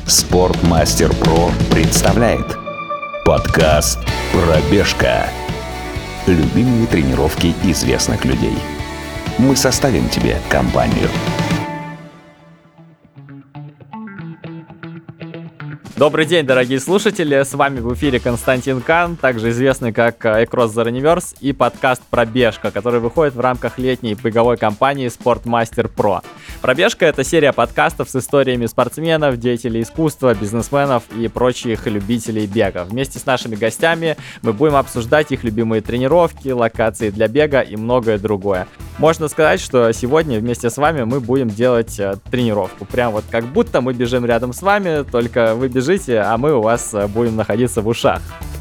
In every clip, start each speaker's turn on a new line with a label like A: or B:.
A: Спортмастер Про представляет подкаст «Пробежка». Любимые тренировки известных людей. Мы составим тебе компанию.
B: Добрый день, дорогие слушатели, с вами в эфире Константин Кан, также известный как Across the Universe, и подкаст «Пробежка», который выходит в рамках летней беговой кампании «Спортмастер Про». «Пробежка» — это серия подкастов с историями спортсменов, деятелей искусства, бизнесменов и прочих любителей бега. Вместе с нашими гостями мы будем обсуждать их любимые тренировки, локации для бега и многое другое. Можно сказать, что сегодня вместе с вами мы будем делать тренировку. Прям вот как будто мы бежим рядом с вами, только вы бежите, а мы у вас будем находиться в ушах.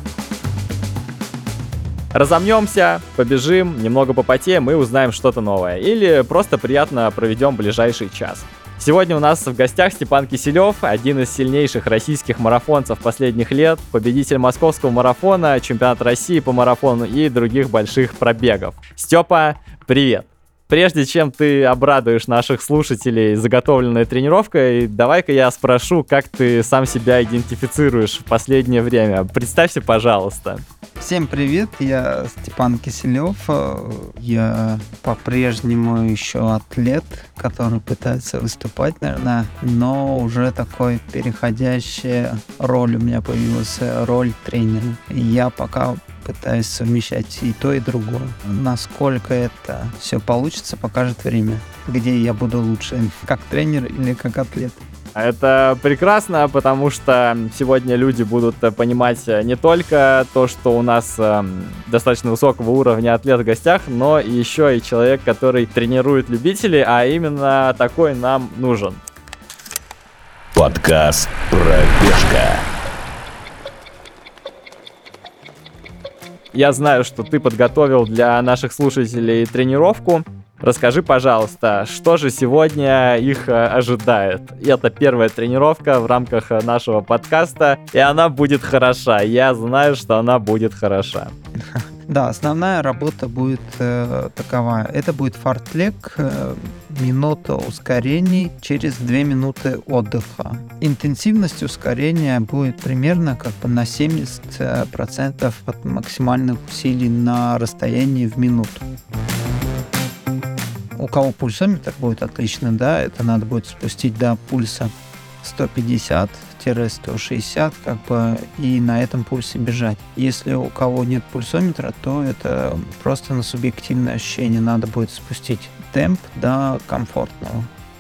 B: Разомнемся, побежим, немного попотеем и узнаем что-то новое. Или просто приятно проведем ближайший час. Сегодня у нас в гостях Степан Киселев, один из сильнейших российских марафонцев последних лет, победитель московского марафона, чемпионата России по марафону и других больших пробегов. Степа, привет! Прежде чем ты обрадуешь наших слушателей заготовленной тренировкой, давай-ка я спрошу, как ты сам себя идентифицируешь в последнее время. Представься, пожалуйста.
C: Всем привет, я Степан Киселев. Я по-прежнему еще атлет, который пытается выступать, наверное, но уже такой переходящая роль у меня появилась, роль тренера. Я пока пытаюсь совмещать и то, и другое. Насколько это все получится, покажет время, где я буду лучше, как тренер или как атлет.
B: Это прекрасно, потому что сегодня люди будут понимать не только то, что у нас достаточно высокого уровня атлет в гостях, но еще и человек, который тренирует любителей, а именно такой нам нужен.
A: Подкаст «Пробежка».
B: Я знаю, что ты подготовил для наших слушателей тренировку. Расскажи, пожалуйста, что же сегодня их ожидает? Это первая тренировка в рамках нашего подкаста, и она будет хороша. Я знаю, что она будет хороша.
C: Да, основная работа будет такова. Это будет фартлек, минута ускорений через 2 минуты отдыха. Интенсивность ускорения будет примерно на 70% от максимальных усилий на расстоянии в минуту. У кого пульсометр будет отлично, да, это надо будет спустить до пульса 150-160, и на этом пульсе бежать. Если у кого нет пульсометра, то это просто на субъективное ощущение. Надо будет спустить темп до комфортного.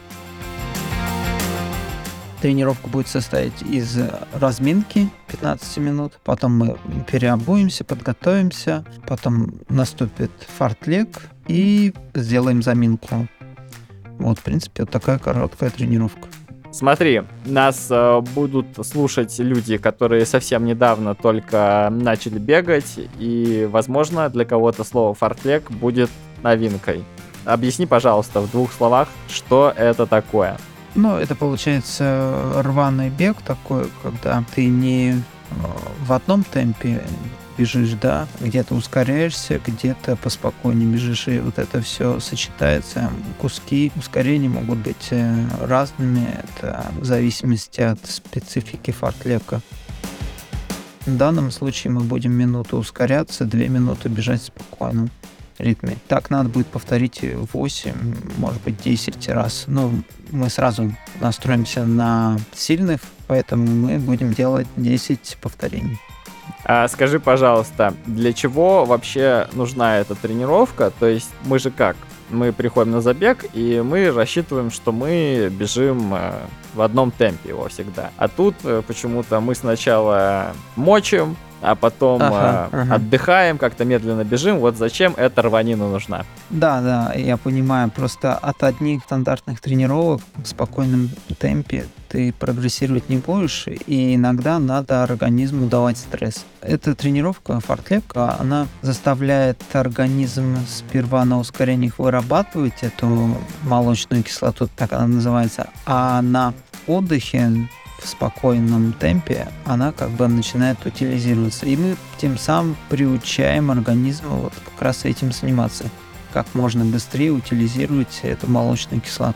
C: Тренировка будет состоять из разминки 15 минут, потом мы переобуемся, подготовимся, потом наступит фартлек и сделаем заминку. Вот, в принципе, вот такая короткая тренировка.
B: Смотри, нас будут слушать люди, которые совсем недавно только начали бегать, и, возможно, для кого-то слово «фартлек» будет новинкой. Объясни, пожалуйста, в 2 словах, что это такое.
C: Это получается рваный бег такой, когда ты не в одном темпе бежишь, да, где-то ускоряешься, где-то поспокойнее бежишь, и вот это все сочетается. Куски ускорений могут быть разными, это в зависимости от специфики фартлека. В данном случае мы будем минуту ускоряться, 2 минуты бежать в спокойном ритме. Так надо будет повторить 8, может быть 10 раз. Но мы сразу настроимся на сильных, поэтому мы будем делать 10 повторений.
B: Скажи, пожалуйста, для чего вообще нужна эта тренировка? То есть мы же как? Мы приходим на забег, и мы рассчитываем, что мы бежим в одном темпе его всегда. А тут почему-то мы сначала мочим, а потом отдыхаем, как-то медленно бежим. Вот зачем эта рванина нужна?
C: Да, я понимаю. Просто от одних стандартных тренировок в спокойном темпе ты прогрессировать не будешь, и иногда надо организму давать стресс. Эта тренировка, фартлек, она заставляет организм сперва на ускорениях вырабатывать эту молочную кислоту, так она называется, а на отдыхе в спокойном темпе она начинает утилизироваться. И мы тем самым приучаем организм как раз этим заниматься. Как можно быстрее утилизировать эту молочную кислоту.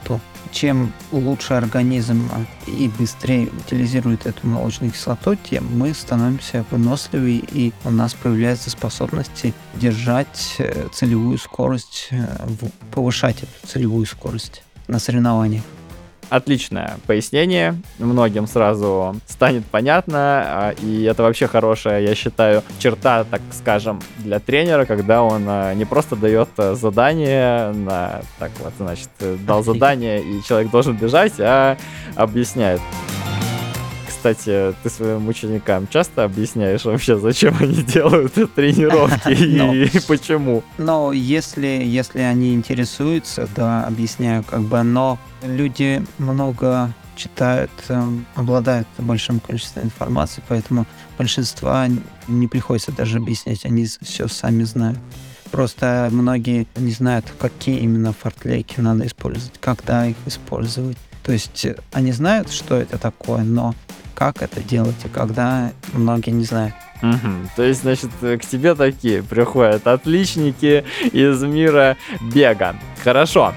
C: чем лучше организм и быстрее утилизирует эту молочную кислоту, тем мы становимся выносливее, и у нас появляются способности держать целевую скорость, повышать эту целевую скорость на соревнованиях.
B: Отличное пояснение, многим сразу станет понятно, и это вообще хорошая, я считаю, черта, так скажем, для тренера, когда он не просто дает задание, дал задание, и человек должен бежать, а объясняет. Кстати, ты своим ученикам часто объясняешь вообще, зачем они делают тренировки и почему?
C: Но если они интересуются, да, объясняю, но люди много читают, обладают большим количеством информации, поэтому большинство не приходится даже объяснять, они все сами знают. Просто многие не знают, какие именно фортлеки надо использовать, когда их использовать. То есть они знают, что это такое, но как это делать и когда, многие не знают.
B: То есть, значит, к тебе такие приходят отличники из мира бега. Хорошо.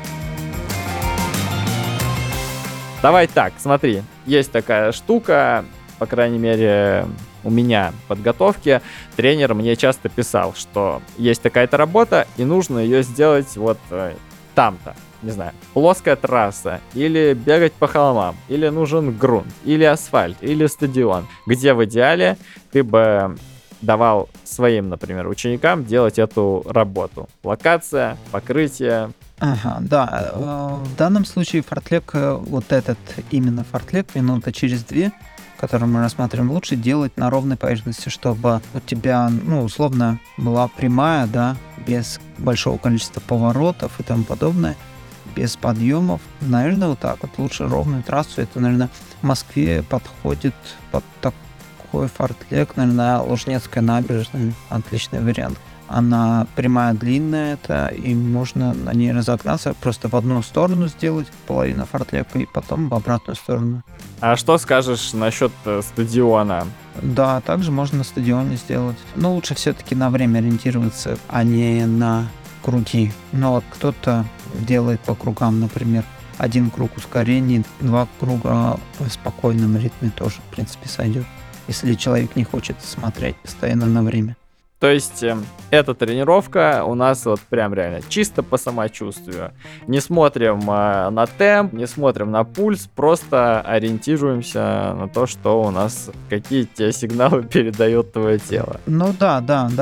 B: Давай так, смотри, есть такая штука, по крайней мере, у меня в подготовке тренер мне часто писал, что есть такая-то работа, и нужно ее сделать вот там-то. Не знаю, плоская трасса, или бегать по холмам, или нужен грунт, или асфальт, или стадион, где в идеале ты бы давал своим, например, ученикам делать эту работу. Локация, покрытие.
C: Ага, да. В данном случае фортлек, вот этот именно фортлек, минута через 2, который мы рассматриваем, лучше делать на ровной поверхности, чтобы у тебя, условно, была прямая, да, без большого количества поворотов и тому подобное, без подъемов. Наверное, вот так вот. Лучше ровную трассу. Это, наверное, в Москве подходит под такой фортлек. Наверное, Лужнецкая набережная. Отличный вариант. Она прямая, длинная, и можно на ней разогнаться. Просто в одну сторону сделать половину фортлека, и потом в обратную сторону.
B: А что скажешь насчет стадиона?
C: Да, также можно на стадионе сделать. Но лучше все-таки на время ориентироваться, а не на круги. Но вот кто-то делает по кругам, например, 1 круг ускорений, 2 круга в спокойном ритме тоже, в принципе, сойдет, если человек не хочет смотреть постоянно на время.
B: То есть эта тренировка у нас вот прям реально чисто по самочувствию. Не смотрим на темп, не смотрим на пульс, просто ориентируемся на то, что у нас, какие те сигналы передает твое тело.
C: Ну да.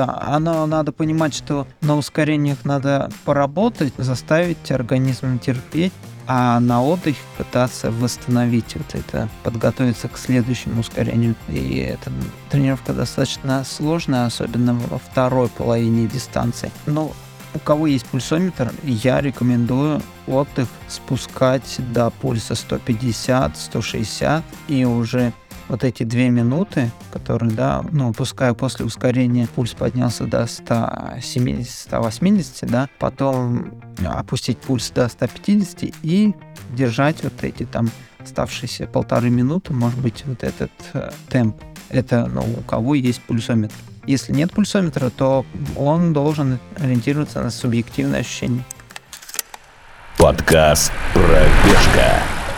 C: Оно надо понимать, что на ускорениях надо поработать, заставить организм терпеть, а на отдых пытаться восстановить вот это, подготовиться к следующему ускорению. И эта тренировка достаточно сложная, особенно во второй половине дистанции. Но у кого есть пульсометр, я рекомендую отдых спускать до пульса 150-160, и уже вот эти 2 минуты, которые, пускай после ускорения пульс поднялся до 170-180, да, потом опустить пульс до 150 и держать вот эти оставшиеся 1,5 минуты, может быть, вот этот темп. Это, у кого есть пульсометр. Если нет пульсометра, то он должен ориентироваться на субъективное ощущение.
A: Подкаст «Пробежка».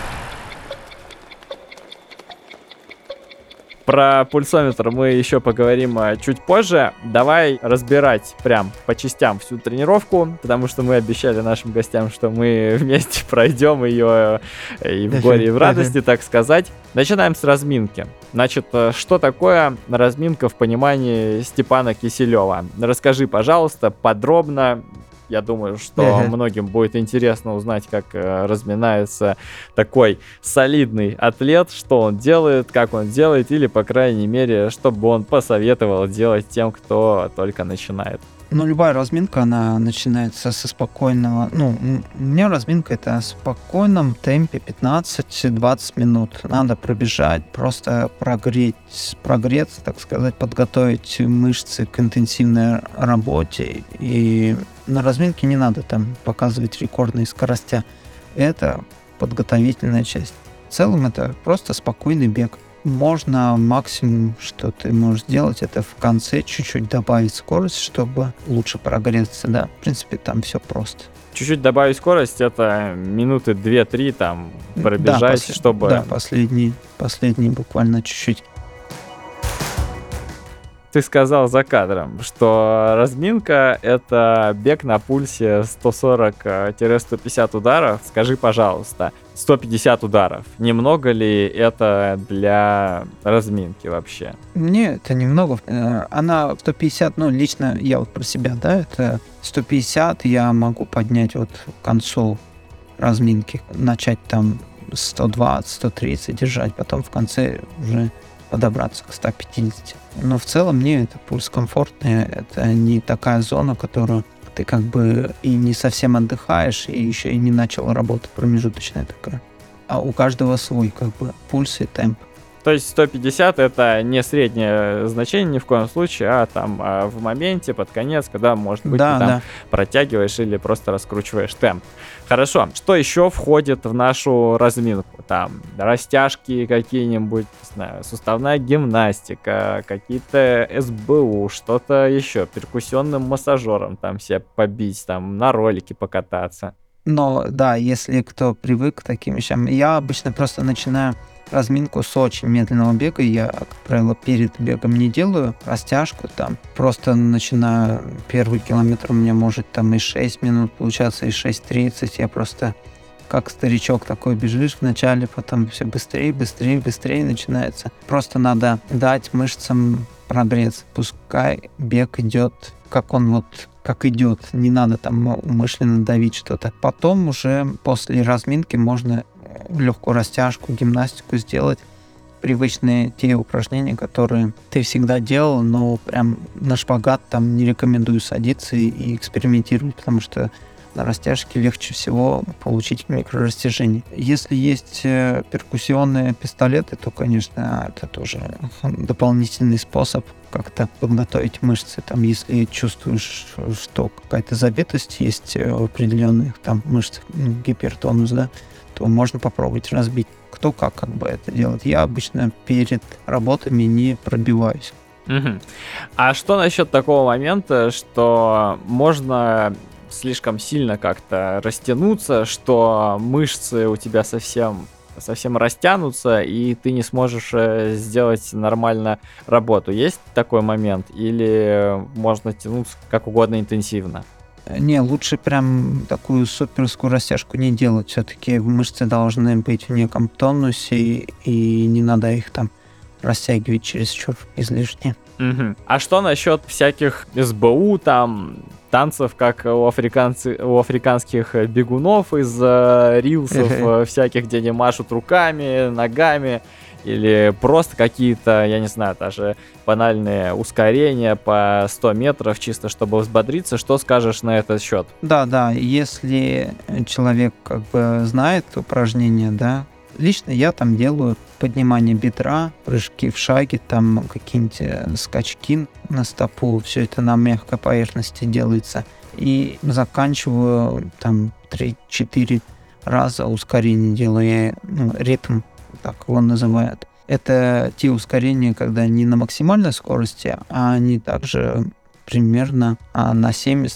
B: Про пульсометр мы еще поговорим чуть позже. Давай разбирать прям по частям всю тренировку, потому что мы обещали нашим гостям, что мы вместе пройдем ее и в горе, и в радости, так сказать. Начинаем с разминки. Значит, что такое разминка в понимании Степана Киселева? Расскажи, пожалуйста, подробно. Я думаю, что многим будет интересно узнать, как разминается такой солидный атлет, что он делает, как он делает, или, по крайней мере, чтобы он посоветовал делать тем, кто только начинает.
C: Любая разминка, она начинается со спокойного... у меня разминка — это в спокойном темпе 15-20 минут. Надо пробежать, просто прогреться, так сказать, подготовить мышцы к интенсивной работе. И на разминке не надо показывать рекордные скорости. Это подготовительная часть. В целом это просто спокойный бег. Можно максимум, что ты можешь сделать, это в конце чуть-чуть добавить скорость, чтобы лучше прогреться, да. В принципе, там все просто.
B: Чуть-чуть добавить скорость, это минуты 2-3 там пробежать, чтобы...
C: Да, последний буквально чуть-чуть.
B: Ты сказал за кадром, что разминка — это бег на пульсе 140-150 ударов. Скажи, пожалуйста, 150 ударов. Немного ли это для разминки вообще?
C: Не, это немного. Она 150, лично я вот про себя, да, это 150 я могу поднять вот к концу разминки, начать там 120, 130 держать, потом в конце уже подобраться к 150. Но в целом это пульс комфортный, это не такая зона, которую ты как бы и не совсем отдыхаешь, и еще и не начал работу промежуточная такая. А у каждого свой как бы пульс и темп.
B: То есть 150 это не среднее значение ни в коем случае, а там в моменте, под конец, когда, может быть, ты там протягиваешь или просто раскручиваешь темп. Хорошо. Что еще входит в нашу разминку? Там растяжки какие-нибудь, не знаю, суставная гимнастика, какие-то СБУ, что-то еще, перкуссионным массажером там себе побить, там на ролике покататься.
C: Но да, если кто привык к таким вещам, я обычно просто начинаю разминку с очень медленного бега. Я, как правило, перед бегом не делаю растяжку там. Просто начинаю первый километр, у меня может там и 6 минут получаться, и 6:30. Я просто как старичок такой бежишь вначале, потом все быстрее начинается. Просто надо дать мышцам прогреться. Пускай бег идет, как идет. Не надо там умышленно давить что-то. Потом уже после разминки можно легкую растяжку, гимнастику сделать. Привычные те упражнения, которые ты всегда делал, но прям на шпагат там не рекомендую садиться и экспериментировать, потому что на растяжке легче всего получить микрорастяжение. Если есть перкуссионные пистолеты, то, конечно, это тоже дополнительный способ как-то подготовить мышцы. Там, если чувствуешь, что какая-то забитость есть в определенных там мышцах, гипертонус, да, то можно попробовать разбить. Кто как бы это делает. Я обычно перед работами не пробиваюсь.
B: Угу. А что насчет такого момента, что можно слишком сильно как-то растянуться, что мышцы у тебя совсем растянутся, и ты не сможешь сделать нормально работу? Есть такой момент? Или можно тянуться как угодно интенсивно?
C: Не, лучше прям такую суперскую растяжку не делать. Все-таки мышцы должны быть в неком тонусе, и не надо их там растягивать чересчур излишне.
B: Угу. А что насчет всяких СБУ, там, танцев, как у африканских бегунов из рилсов всяких, где они машут руками, ногами, или просто какие-то, я не знаю, даже банальные ускорения по 100 метров, чисто чтобы взбодриться? Что скажешь на этот счет? Да, если человек как бы знает упражнения, да, лично я там делаю поднимание бедра, прыжки в шаге, там какие-нибудь скачки на стопу, все это на мягкой поверхности делается. И заканчиваю там 3-4 раза ускорение делаю, ритм, так его называют. Это те ускорения, когда не на максимальной скорости, а они также примерно на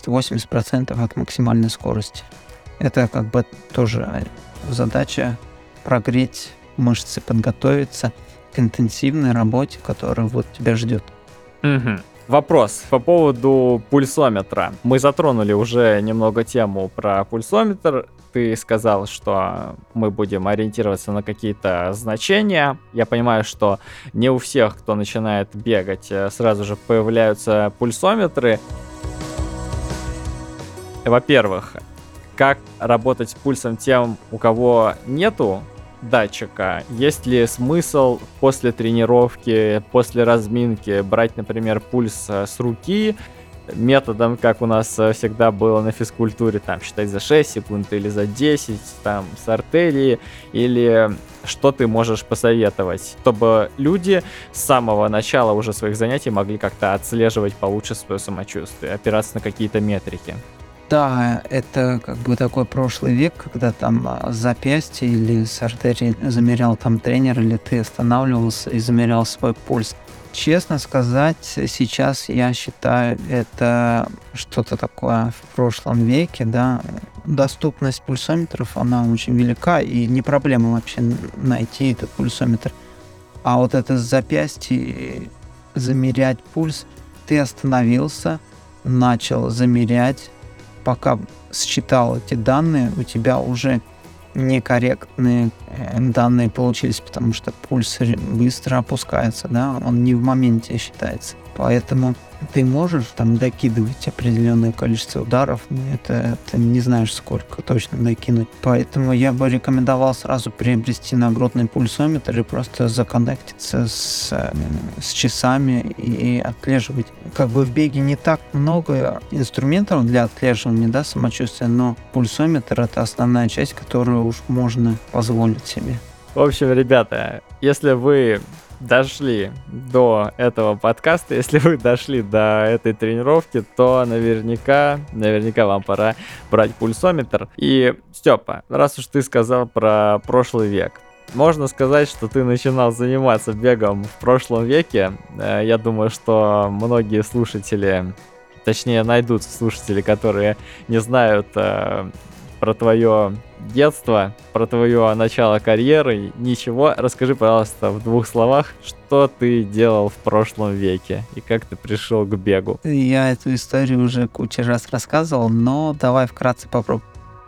B: 70-80% от максимальной скорости. Это как бы тоже задача прогреть мышцы, подготовиться к интенсивной работе, которая вот тебя ждет. Угу. Вопрос по поводу пульсометра. Мы затронули уже немного тему про пульсометр. Ты сказал, что мы будем ориентироваться на какие-то значения. Я понимаю, что не у всех, кто начинает бегать, сразу же появляются пульсометры. Во-первых, как работать с пульсом тем, у кого нету датчика? Есть ли смысл после тренировки, после разминки брать, например, пульс с руки, методом, как у нас всегда было на физкультуре, там, считать за 6 секунд или за 10, там, с артерии, или что ты можешь посоветовать, чтобы люди с самого начала уже своих занятий могли как-то отслеживать получше свое самочувствие, опираться на какие-то метрики?
C: Да, это как бы такой прошлый век, когда там запястье или с артерией замерял там тренер, или ты останавливался и замерял свой пульс. Честно сказать, сейчас я считаю это что-то такое в прошлом веке, да. Доступность пульсометров, она очень велика, и не проблема вообще найти этот пульсометр. А вот это запястье, замерять пульс, ты остановился, начал замерять, пока считал эти данные, у тебя уже некорректные данные получились, потому что пульс быстро опускается, да, он не в моменте считается. Поэтому ты можешь там докидывать определенное количество ударов, но это не знаешь, сколько точно докинуть. Поэтому я бы рекомендовал сразу приобрести нагрудный пульсометр и просто законнектиться с часами и отслеживать. Как бы в беге не так много инструментов для отслеживания, да, самочувствия, но пульсометр — это основная часть, которую уж можно позволить себе.
B: В общем, ребята, если вы дошли до этого подкаста, если вы дошли до этой тренировки, то наверняка вам пора брать пульсометр. И, Степа, раз уж ты сказал про прошлый век, можно сказать, что ты начинал заниматься бегом в прошлом веке. Я думаю, что многие слушатели, точнее, найдутся слушатели, которые не знают про твое детство, про твое начало карьеры, ничего. Расскажи, пожалуйста, в 2 словах, что ты делал в прошлом веке и как ты пришел к бегу.
C: Я эту историю уже кучу раз рассказывал, но давай вкратце попробуем.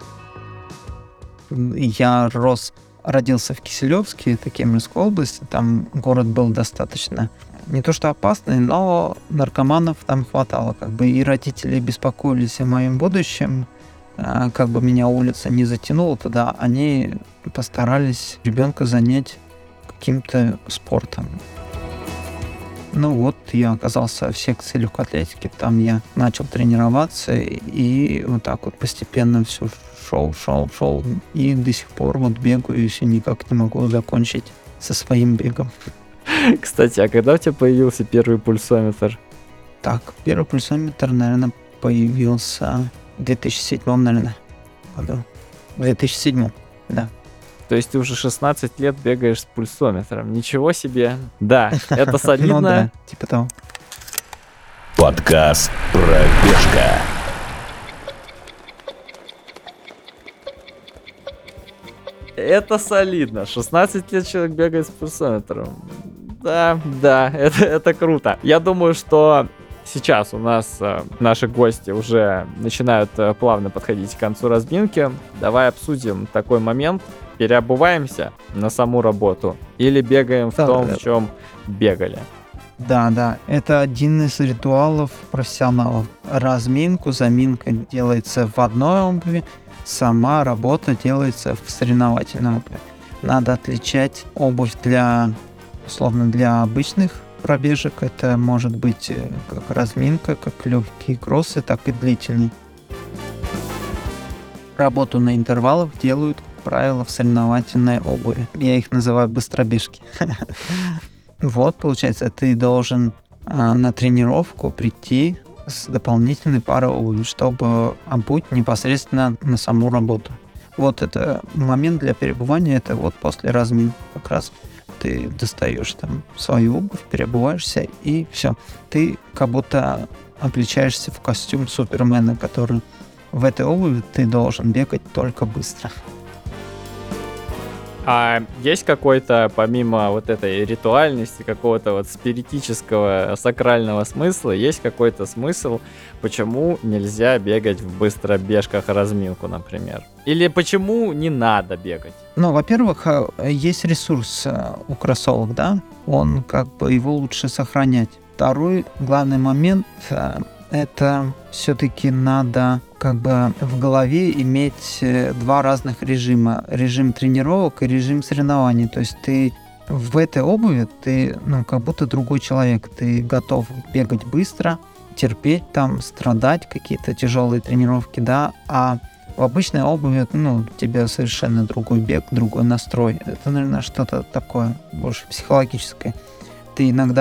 C: Я родился в Киселевске, это Кемеровская область. Там город был достаточно не то что опасный, но наркоманов там хватало. Как бы и родители беспокоились о моем будущем. Как бы меня улица не затянула туда, они постарались ребенка занять каким-то спортом. Ну вот, я оказался в секции легкой атлетики, там я начал тренироваться, и вот так вот постепенно все шел, и до сих пор вот бегаю, и все никак не могу закончить со своим бегом.
B: Кстати, а когда у тебя появился первый пульсометр?
C: Так, первый пульсометр, наверное, появился в 2007, наверное, году. В 2007, да.
B: То есть ты уже 16 лет бегаешь с пульсометром. Ничего себе. Да, это солидно.
C: Ну да, типа того.
A: Подкаст «Пробежка».
B: Это солидно. 16 лет человек бегает с пульсометром. Да, это круто. Я думаю, что сейчас у нас наши гости уже начинают плавно подходить к концу разминки. Давай обсудим такой момент. Переобуваемся на саму работу или бегаем в том, в чем бегали?
C: Да, это один из ритуалов профессионалов. Заминка делается в одной обуви, сама работа делается в соревновательной обуви. Надо отличать обувь для обычных пробежек. Это может быть как разминка, как легкие кроссы, так и длительные. Работу на интервалах делают, как правило, в соревновательной обуви. Я их называю быстробежки. Вот, получается, ты должен на тренировку прийти с дополнительной парой обуви, чтобы обуть непосредственно на саму работу. Вот это момент для переобувания, это вот после разминки как раз ты достаешь там свою обувь, переобуваешься, и все. Ты как будто облачаешься в костюм Супермена, который в этой обуви ты должен бегать только быстро.
B: А есть какой-то, помимо вот этой ритуальности, какого-то вот спиритического, сакрального смысла, есть какой-то смысл, почему нельзя бегать в быстробежках разминку, например? Или почему не надо бегать?
C: Ну, во-первых, есть ресурс у кроссовок, да? Он как бы его лучше сохранять. Второй главный момент это все-таки надо как бы в голове иметь 2 разных режима. Режим тренировок и режим соревнований. То есть ты в этой обуви, ты как будто другой человек. Ты готов бегать быстро, терпеть там, страдать, какие-то тяжелые тренировки, да. А в обычной обуви, у тебя совершенно другой бег, другой настрой. Это, наверное, что-то такое больше психологическое. Ты иногда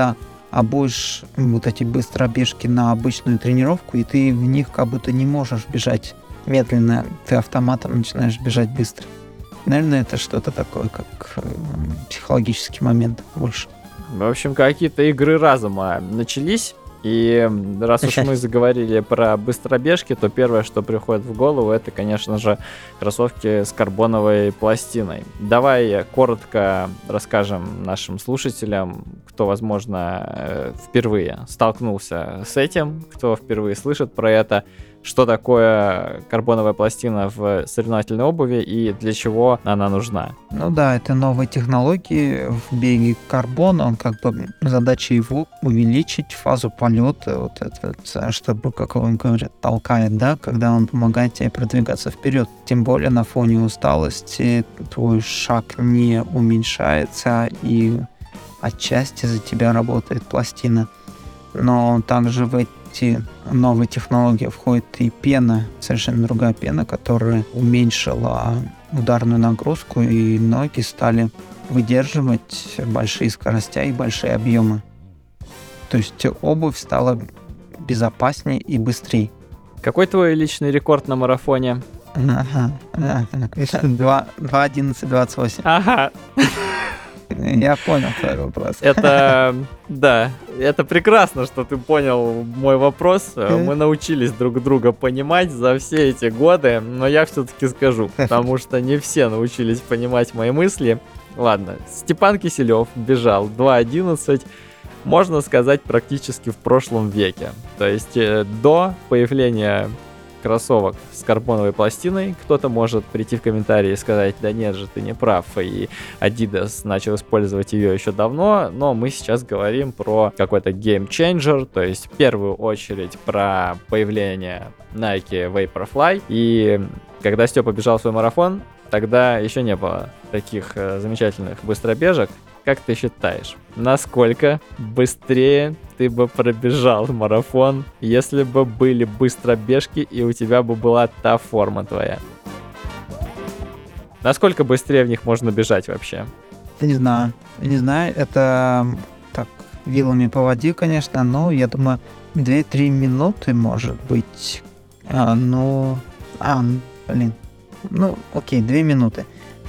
C: а будешь вот эти быстробежки на обычную тренировку, и ты в них как будто не можешь бежать медленно, ты автоматом начинаешь бежать быстро. Наверное, это что-то такое, как психологический момент больше.
B: В общем, какие-то игры разума начались. И раз уж мы заговорили про быстробежки, то первое, что приходит в голову, это, конечно же, кроссовки с карбоновой пластиной. Давай коротко расскажем нашим слушателям, кто, возможно, впервые столкнулся с этим, кто впервые слышит про это, что такое карбоновая пластина в соревновательной обуви и для чего она нужна.
C: Ну да, это новые технологии в беге карбон, он как бы задача его увеличить фазу полета, вот это, чтобы, как он говорит, толкает, да, когда он помогает тебе продвигаться вперед. Тем более на фоне усталости твой шаг не уменьшается, и отчасти за тебя работает пластина. Но также в эти новые технологии входит и пена, совершенно другая пена, которая уменьшила ударную нагрузку, и ноги стали выдерживать большие скоростя и большие объемы. То есть обувь стала безопаснее и быстрее.
B: Какой твой личный рекорд на марафоне?
C: 2:11:28.
B: Ага.
C: Я понял твой вопрос.
B: Это, да, это прекрасно, что ты понял мой вопрос. Мы научились друг друга понимать за все эти годы, но я все-таки скажу, потому что не все научились понимать мои мысли. Ладно, Степан Киселев бежал 2:11, можно сказать, практически в прошлом веке. То есть до появления кроссовок с карбоновой пластиной. Кто-то может прийти в комментарии и сказать: да нет же, ты не прав, и Adidas начал использовать ее еще давно, но мы сейчас говорим про какой-то game changer, то есть в первую очередь про появление Nike Vaporfly. И когда Степа бежал свой марафон, тогда еще не было таких замечательных быстробежек. Как ты считаешь, насколько быстрее ты бы пробежал марафон, если бы были быстробежки и у тебя бы была та форма твоя? Насколько быстрее в них можно бежать вообще?
C: Не знаю, это так, вилами по воде, конечно, но я думаю, 2-3 минуты может быть. Окей, 2 минуты.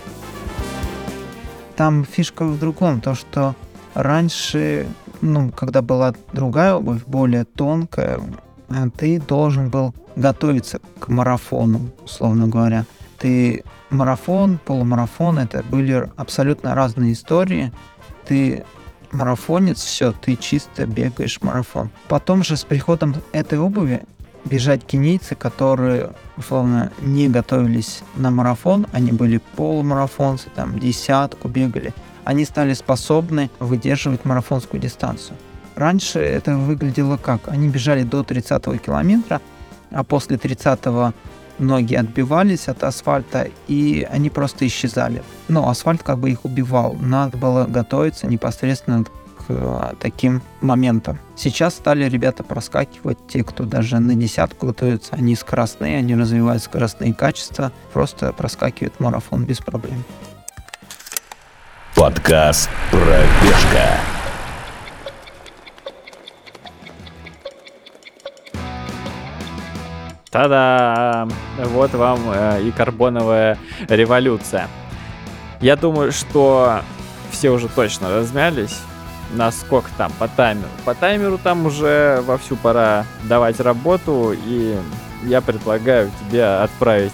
C: Там фишка в другом, то что раньше, когда была другая обувь, более тонкая, ты должен был готовиться к марафону, условно говоря. Марафон, полумарафон, это были абсолютно разные истории. Ты марафонец, все, ты чисто бегаешь марафон. Потом же с приходом этой обуви бежать кенийцы, которые, условно, не готовились на марафон, они были полумарафонцы, там, десятку бегали, они стали способны выдерживать марафонскую дистанцию. Раньше это выглядело как? Они бежали до 30-го километра, а после 30-го ноги отбивались от асфальта, и они просто исчезали. Но асфальт как бы их убивал. Надо было готовиться непосредственно к таким моментам. Сейчас стали ребята проскакивать, те, кто даже на десятку готовятся, они скоростные, они развивают скоростные качества, просто проскакивают марафон без проблем.
A: Подкаст «Пробежка».
B: Та-да! Вот вам и карбоновая революция. Я думаю, что все уже точно размялись. Насколько там по таймеру? По таймеру там уже вовсю пора давать работу, и я предлагаю тебе отправить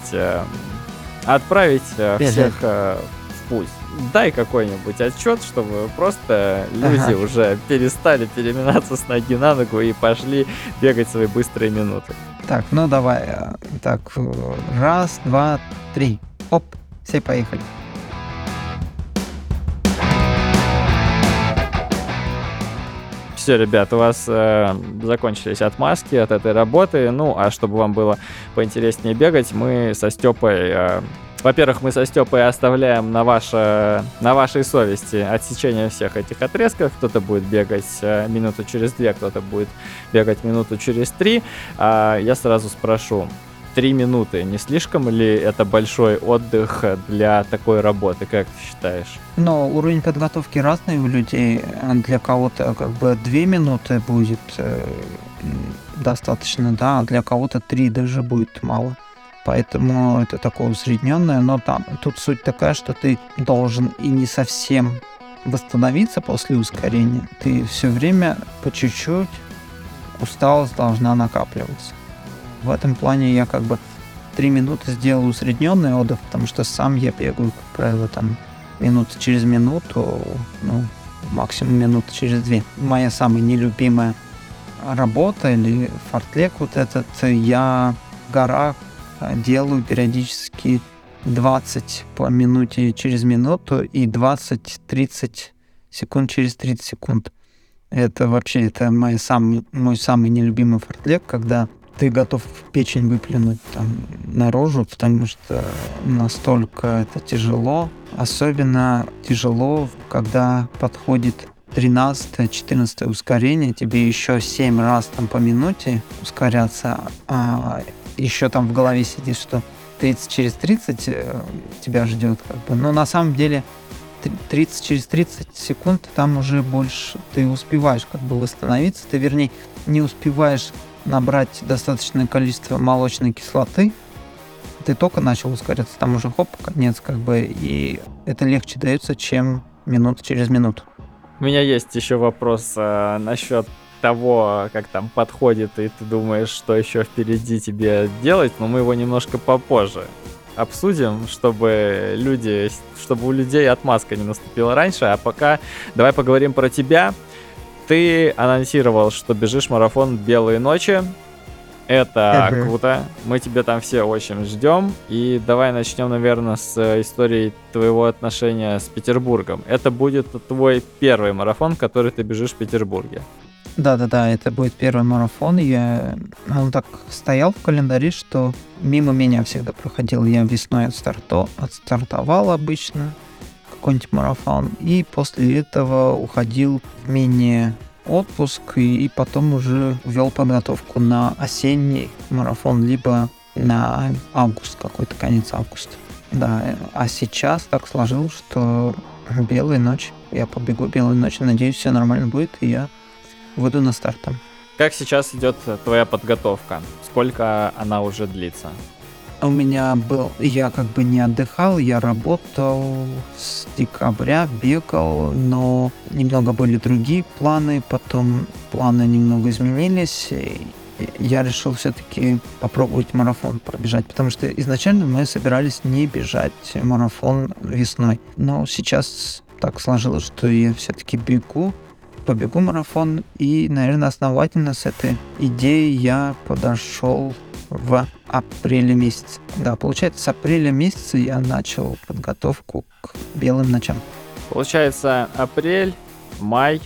B: всех в путь. Дай какой-нибудь отчет, чтобы просто люди уже перестали переминаться с ноги на ногу и пошли бегать свои быстрые минуты.
C: Так, давай. Так, 1, 2, 3. Оп, все поехали.
B: Все, ребят, у вас закончились отмазки от этой работы. А чтобы вам было поинтереснее бегать, мы со Степой... Во-первых, мы со Степой оставляем на вашей совести отсечение всех этих отрезков. Кто-то будет бегать минуту через 2, кто-то будет бегать минуту через 3. Я сразу спрошу, 3 минуты. Не слишком ли это большой отдых для такой работы, как ты считаешь?
C: Но уровень подготовки разный у людей. Для кого-то 2 минуты будет достаточно, да, а для кого-то 3 даже будет мало. Поэтому это такое усредненное, но тут суть такая, что ты должен и не совсем восстановиться после ускорения. Ты все время по чуть-чуть, усталость должна накапливаться. В этом плане я 3 минуты сделал усредненный отдых, потому что сам я бегаю, как правило, минут через минуту, максимум минут через 2. Моя самая нелюбимая работа или фортлек этот, я в горах делаю периодически 20 по минуте через минуту и 20-30 секунд через 30 секунд. Это вообще мой самый нелюбимый фортлек, когда ты готов печень выплюнуть наружу, потому что настолько это тяжело. Особенно тяжело, когда подходит 13-14 ускорение, тебе еще 7 раз по минуте ускоряться, а еще в голове сидит, что 30 через 30 тебя ждет. Но на самом деле 30 через 30 секунд там уже больше ты успеваешь восстановиться, ты вернее не успеваешь набрать достаточное количество молочной кислоты, ты только начал ускоряться, там уже конец и это легче дается, чем минута через минуту.
B: У меня есть еще вопрос насчет того, как подходит, и ты думаешь, что еще впереди тебе делать, но мы его немножко попозже обсудим, чтобы у людей отмазка не наступила раньше, а пока давай поговорим про тебя. Ты анонсировал, что бежишь марафон «Белые ночи». Это круто. Мы тебя все очень ждем. И давай начнем, наверное, с истории твоего отношения с Петербургом. Это будет твой первый марафон, который ты бежишь в Петербурге.
C: Да, это будет первый марафон. Он так стоял в календаре, что мимо меня всегда проходил. Я весной отстартовал обычно какой-нибудь марафон, и после этого уходил в мини-отпуск, и потом уже вел подготовку на осенний марафон, либо на август, какой-то конец августа. Да, а сейчас так сложилось, что белые ночи. Я побегу белые ночи, надеюсь, все нормально будет, и я выйду на старт там.
B: Как сейчас идет твоя подготовка? Сколько она уже длится?
C: У меня я не отдыхал, я работал с декабря, бегал, но немного были другие планы, потом планы немного изменились, и я решил все-таки попробовать марафон пробежать, потому что изначально мы собирались не бежать марафон весной, но сейчас так сложилось, что я все-таки побегу марафон, и, наверное, основательно с этой идеей я подошел в апреле месяце. Да, получается, с апреля месяца я начал подготовку к белым ночам.
B: Получается, апрель, май,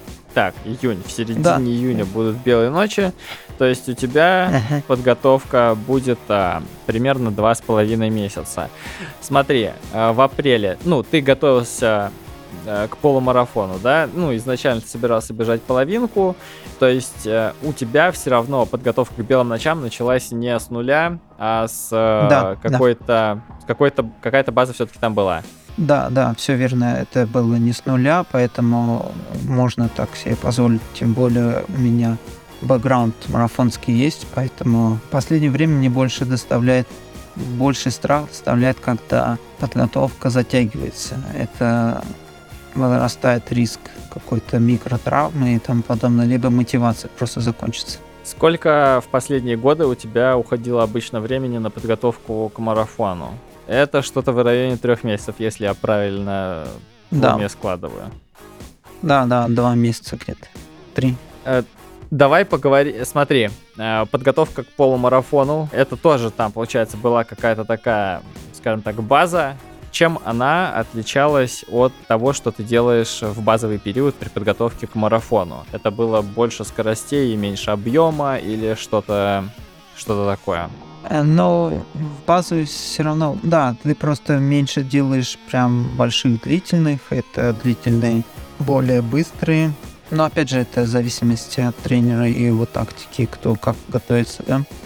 B: июнь. В середине июня будут белые ночи. То есть у тебя подготовка будет примерно 2,5 месяца. Смотри, в апреле, ты готовился к полумарафону, да? Изначально ты собирался бежать половинку, то есть у тебя все равно подготовка к белым ночам началась не с нуля, а с какая-то база все-таки там была.
C: Да, все верно, это было не с нуля, поэтому можно так себе позволить, тем более у меня бэкграунд марафонский есть, поэтому в последнее время мне больше страх доставляет, когда подготовка затягивается. Это вырастает риск какой-то микротравмы и тому подобное, либо мотивация просто закончится.
B: Сколько в последние годы у тебя уходило обычно времени на подготовку к марафону? Это что-то в районе 3 месяцев, если я правильно в уме складываю. Да, 2 месяца где-то. 3. Давай поговорим. Смотри, подготовка к полумарафону, это тоже там, получается, была какая-то такая, скажем так, база. Чем она отличалась от того, что ты делаешь в базовый период при подготовке к марафону? Это было больше скоростей и меньше объема или что-то такое?
C: Но в базу все равно, да, ты просто меньше делаешь прям больших длительных, это длительные более быстрые. Но опять же, это в зависимости от тренера и его тактики, кто как готовится, да.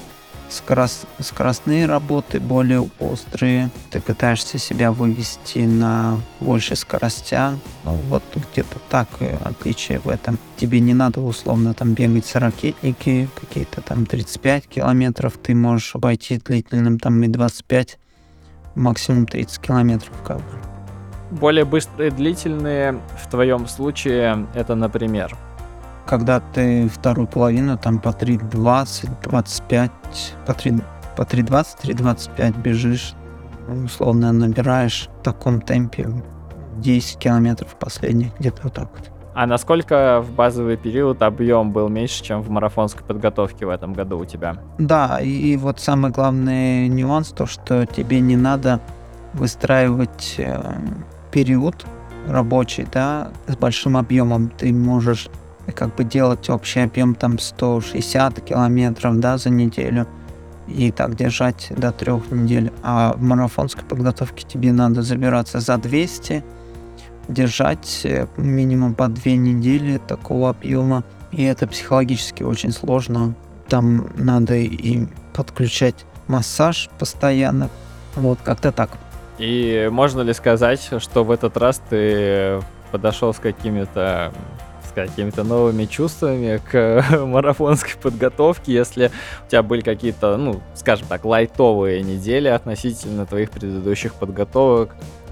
C: скоростные работы более острые. Ты пытаешься себя вывести на большей скоростях. Ну, вот где-то так отличие в этом. Тебе не надо условно там бегать с ракетники, какие-то там 35 километров. Ты можешь обойти длительным там и 25, максимум 30 километров как бы.
B: Более быстрые, длительные в твоем случае это, например?
C: Когда ты вторую половину там по 3.20, 25, по 3.20, 3.25 бежишь, условно набираешь в таком темпе 10 километров последних, где-то вот так вот.
B: А насколько в базовый период объем был меньше, чем в марафонской подготовке в этом году у тебя?
C: Да, и вот самый главный нюанс, то, что тебе не надо выстраивать период рабочий, да, с большим объемом. Ты можешь как бы делать общий объем там 160 километров, да, за неделю и так держать до 3 недель. А в марафонской подготовке тебе надо забираться за 200, держать минимум по 2 недели такого объема. И это психологически очень сложно. Там надо и подключать массаж постоянно. Вот как-то так.
B: И можно ли сказать, что в этот раз ты подошел с какими-то новыми чувствами к марафонской подготовке, если у тебя были какие-то, ну, скажем так, лайтовые недели относительно твоих предыдущих подготовок?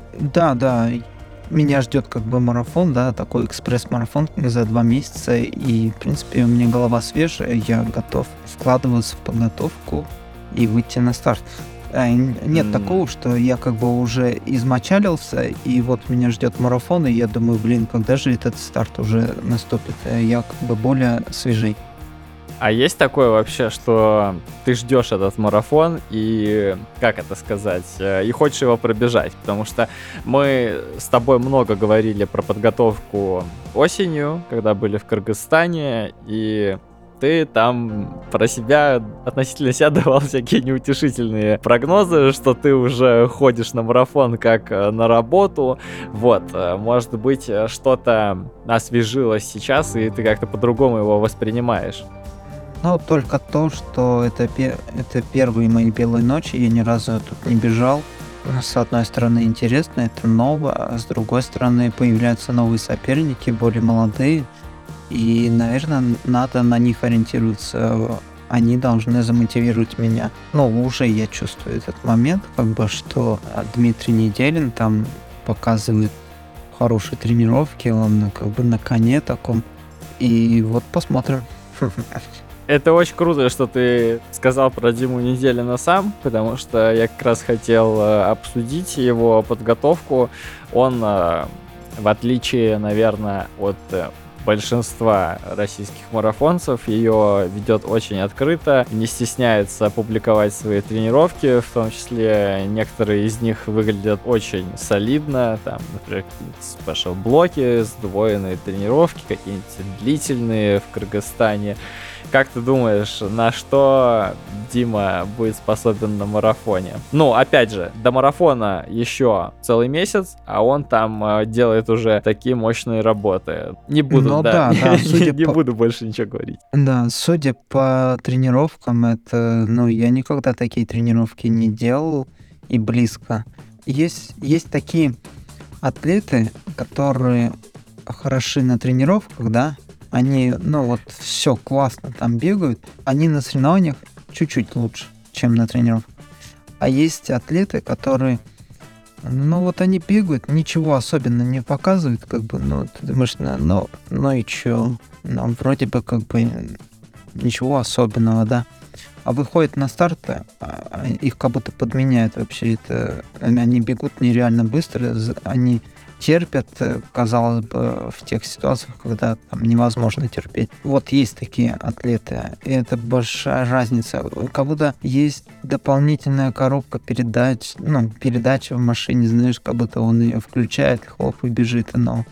C: Да, меня ждет как бы марафон, да, такой экспресс-марафон за 2 месяца, и, в принципе, у меня голова свежая, я готов вкладываться в подготовку и выйти на старт. Нет такого, что я как бы уже измочалился, и вот меня ждет марафон, и я думаю, когда же этот старт уже наступит? Я как бы более свежий.
B: А есть такое вообще, что ты ждешь этот марафон и, как это сказать, и хочешь его пробежать? Потому что мы с тобой много говорили про подготовку осенью, когда были в Кыргызстане, и ты там про себя, относительно себя давал всякие неутешительные прогнозы, что ты уже ходишь на марафон как на работу. Вот, может быть, что-то освежилось сейчас, и ты как-то по-другому его воспринимаешь.
C: Ну, только то, что это первые мои белые ночи, я ни разу тут не бежал. С одной стороны интересно, это ново, а с другой стороны появляются новые соперники, более молодые. И, наверное, надо на них ориентироваться. Они должны замотивировать меня. Ну, уже я чувствую этот момент, как бы, что Дмитрий Неделин там показывает хорошие тренировки, он как бы на коне таком. И вот посмотрим.
B: Это очень круто, что ты сказал про Диму Неделина сам, потому что я как раз хотел обсудить его подготовку. Он, в отличие, наверное, от большинства российских марафонцев, ее ведет очень открыто, не стесняется публиковать свои тренировки, в том числе некоторые из них выглядят очень солидно, там, например, какие-нибудь спешл-блоки, сдвоенные тренировки, какие-нибудь длительные в Кыргызстане. Как ты думаешь, на что Дима будет способен на марафоне? Ну, опять же, до марафона еще целый месяц, а он там делает уже такие мощные работы. Не буду, не буду больше ничего говорить.
C: Да, судя по тренировкам, я никогда такие тренировки не делал и близко. Есть такие атлеты, которые хороши на тренировках, да, они, все классно там бегают, они на соревнованиях чуть-чуть лучше, чем на тренировках. А есть атлеты, которые, они бегают, ничего особенно не показывают, как бы, ты думаешь, и чё, вроде бы, как бы, ничего особенного, да. А выходят на старт, их как будто подменяют вообще, они бегут нереально быстро, они терпят, казалось бы, в тех ситуациях, когда там невозможно терпеть. Вот есть такие атлеты, и это большая разница. У кого-то есть дополнительная коробка передач, передача в машине, знаешь, как будто он ее включает, хлоп, и бежит,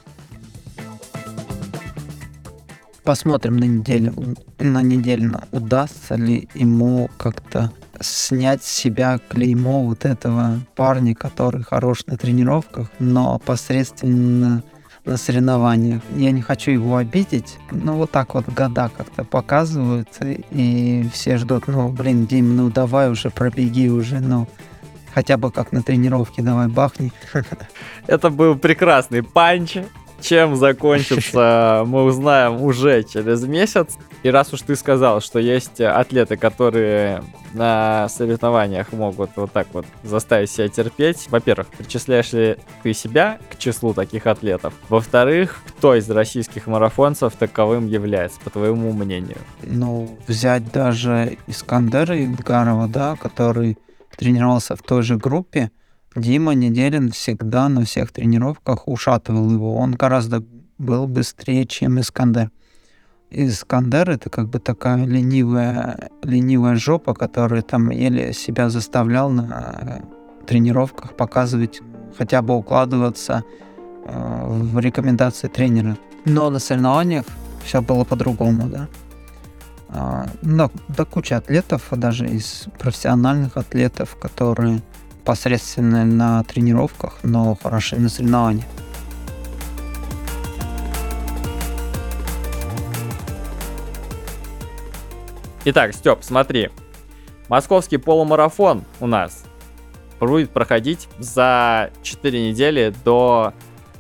C: Посмотрим на неделю, удастся ли ему как-то снять с себя клеймо вот этого парня, который хорош на тренировках, но посредственно на соревнованиях. Я не хочу его обидеть, но вот так вот года как-то показывают, и все ждут, Дим, давай уже пробеги уже, хотя бы как на тренировке, давай бахни.
B: Это был прекрасный панч. Чем закончится, мы узнаем уже через месяц. И раз уж ты сказал, что есть атлеты, которые на соревнованиях могут вот так вот заставить себя терпеть. Во-первых, причисляешь ли ты себя к числу таких атлетов? Во-вторых, кто из российских марафонцев таковым является, по твоему мнению?
C: Взять даже Искандера Идгарова, да, который тренировался в той же группе. Дима Неделин всегда на всех тренировках ушатывал его. Он гораздо был быстрее, чем Искандер. Искандер — это как бы такая ленивая жопа, которая там еле себя заставлял на тренировках показывать, хотя бы укладываться в рекомендации тренера. Но на соревнованиях все было по-другому, да. Куча атлетов, даже из профессиональных атлетов, которые посредственно на тренировках, но хороши на соревнованиях.
B: Итак, Стёп, смотри. Московский полумарафон у нас будет проходить за 4 недели до